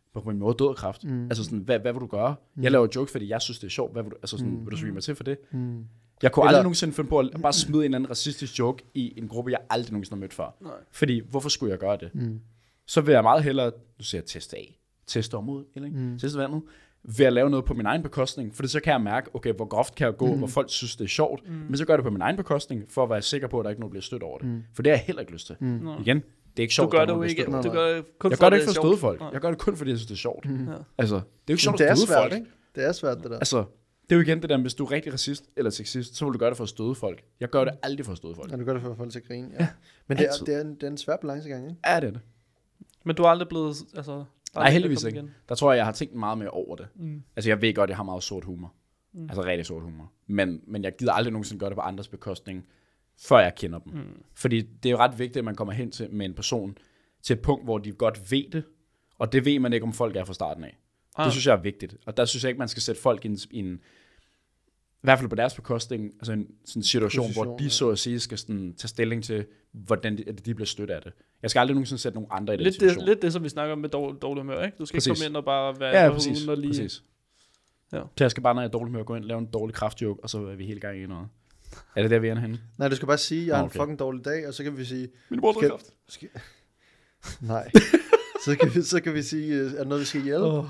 på min måde død og kraft. Mm. Altså sådan, hvad, hvad vil du gøre? Mm. Jeg laver joke, fordi jeg synes, det er sjovt. Hvad vil du, altså sådan, mm. vil du svige mig til for det? Mm. Jeg kunne Eller... aldrig nogensinde finde på at bare smide en eller anden racistisk joke i en gruppe, jeg aldrig nogensinde har mødt før. Nej. Fordi, hvorfor skulle jeg gøre det? Mm. Så vil jeg meget hellere, nu siger jeg teste af, teste området, eller ikke? Mm. Teste vandet, ved at lave noget på min egen bekostning, for så kan jeg mærke, okay, hvor groft kan jeg gå, mm. hvor folk synes, det er sjovt, mm. men så gør jeg det på min egen bekostning, for at være sikker på, at der ikke nogen bliver stødt over det. Mm. For det har jeg heller ikke lyst til. Mm. Igen, det er ikke sjovt, du gør det jo ikke. Du gør det kun jeg for, gør det ikke for at støde sjovt. folk. Nej. Jeg gør det kun, fordi jeg synes, det er sjovt. Mm. Ja. Altså, det er jo ikke sjovt det at er støde svært, folk. Ikke? Det er svært, det der. Altså, det er jo igen det der, hvis du er rigtig racist eller sexist, så vil du gøre det for at støde folk. Jeg gør det aldrig for at støde folk. Ja, du gør det for at få folk til at grine, ja. ja Men det er, det, er en, det er en svær balancegang, ikke? Ja, det er det. Men du er aldrig blevet, altså... Nej, heldigvis ikke. Igen. Der tror jeg, jeg har tænkt meget mere over det. Mm. Altså, jeg ved godt, jeg har meget sort humor. Mm. Altså, rigtig sort humor. Men, men jeg gider aldrig nogensinde gøre det på andres bekostning, før jeg kender dem. Mm. Fordi det er jo ret vigtigt, at man kommer hen til med en person til et punkt, hvor de godt ved det, og det ved man ikke, om folk er fra starten af. Ah. Det synes jeg er vigtigt. Og der synes jeg ikke, man skal sætte folk i en, i en i hvert fald på deres bekostning, altså en sådan situation, Position, hvor de ja. så at sige skal sådan, tage stilling til, hvordan de, de bliver stødt af det. Jeg skal aldrig nogensinde sætte nogen andre i den lidt situation. Det, lidt det, som vi snakker om med dårlig, dårlig humør, ikke? Du skal præcis. ikke komme ind og bare være ja, præcis, og lige... præcis. Ja. Så jeg skal bare, når jeg er dårlig humør, gå ind, lave en dårlig kraftjoke, og så er vi helt gang i noget. Er det der, vi er henne? Nej, du skal bare sige, at jeg har okay. en fucking dårlig dag, og så kan vi sige... Min bror skal... kraft. Skal... Nej. så, kan vi, så kan vi sige, er det noget, vi skal hjælpe? Oh.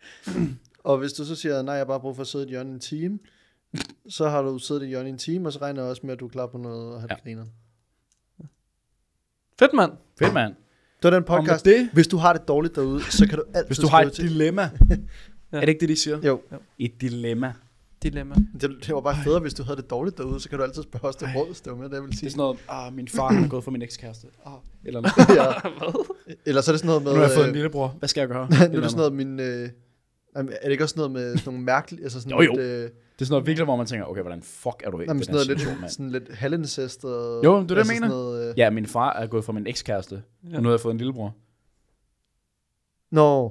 Og hvis du så siger, nej, jeg har bare brug for at sidde i hjørnet en time, så har du siddet i hjørnet en time, og så regner jeg også med, at du er klar på noget og have ja. griner. Fedt, mand. Fedt, mand. Det var den podcast. Det, hvis du har det dårligt derude, så kan du altid Hvis du har et til. dilemma. ja. Er det ikke det, de siger? Jo. Et dilemma. Dilemma. Det, det var bare federe, hvis du havde det dårligt derude, så kan du altid spørge os til råd. Det var med, det jeg vil sige. Det er sådan noget, ah, min far han er gået for min ekskæreste. Ah, eller noget. ja. Eller så er det sådan noget med... Nu har jeg fået en lillebror. Hvad skal jeg gøre? nu er det sådan noget min... Øh, er det ikke også noget med sådan nogle mærkelige... Altså sådan jo, jo. Lidt, øh, det er sådan noget virkelig, hvor man tænker, okay, hvordan fuck er du ikke? Jamen, sådan noget situation, lidt, sådan lidt halvincest og... Jo, det er det, jeg mener. Noget, øh... Ja, min far er gået for min ekskæreste, ja. Og nu har jeg fået en lillebror. Nå.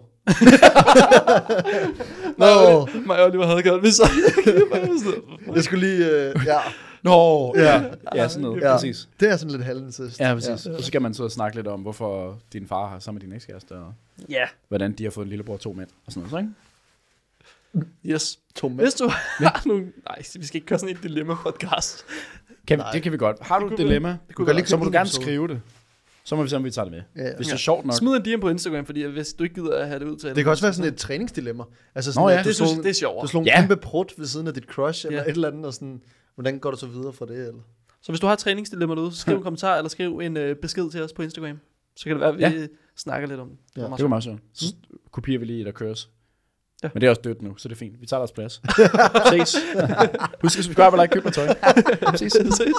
Nå. Mig og Oliver havde gjort, vi så... jeg skulle lige... Øh, ja. Nå, ja. Ja, sådan noget, ja. Præcis. Det er sådan lidt halvincest. Ja, præcis. Ja. Og så kan man så snakke lidt om, hvorfor din far har sammen med din ekskæreste, og ja. hvordan de har fået en lillebror og to mænd, og sådan noget, så ikke? Yes. To mænd. Hvis du har nogle... Nej, vi skal ikke køre sådan et dilemma-podcast. Kan vi, det kan vi godt. Har du et dilemma, så må du gerne skrive det. Så må vi se, om vi tager det med. Ja, ja. Hvis det er sjovt nok. Smid en D M på Instagram, fordi hvis du ikke gider at have det ud til... Det kan også være sådan et træningsdilemma. Altså sådan, Nå, ja. at det, slog, synes, det er sjovt. Du slog en ja. kæmpe prut ved siden af dit crush, eller ja. et eller andet, og sådan, hvordan går du så videre fra det? Eller? Så hvis du har et træningsdilemma derude, så skriv en kommentar, eller skriv en øh, besked til os på Instagram. Så kan det være, at vi ja. snakker lidt om det. Ja. Det var meget sjovt. Så kopierer vi lige, der køres. Ja. Men det er også dødt nu, så det er fint. Vi tager deres plads. Ses. Husk at subscribe og like, køb mig tøj. Ses.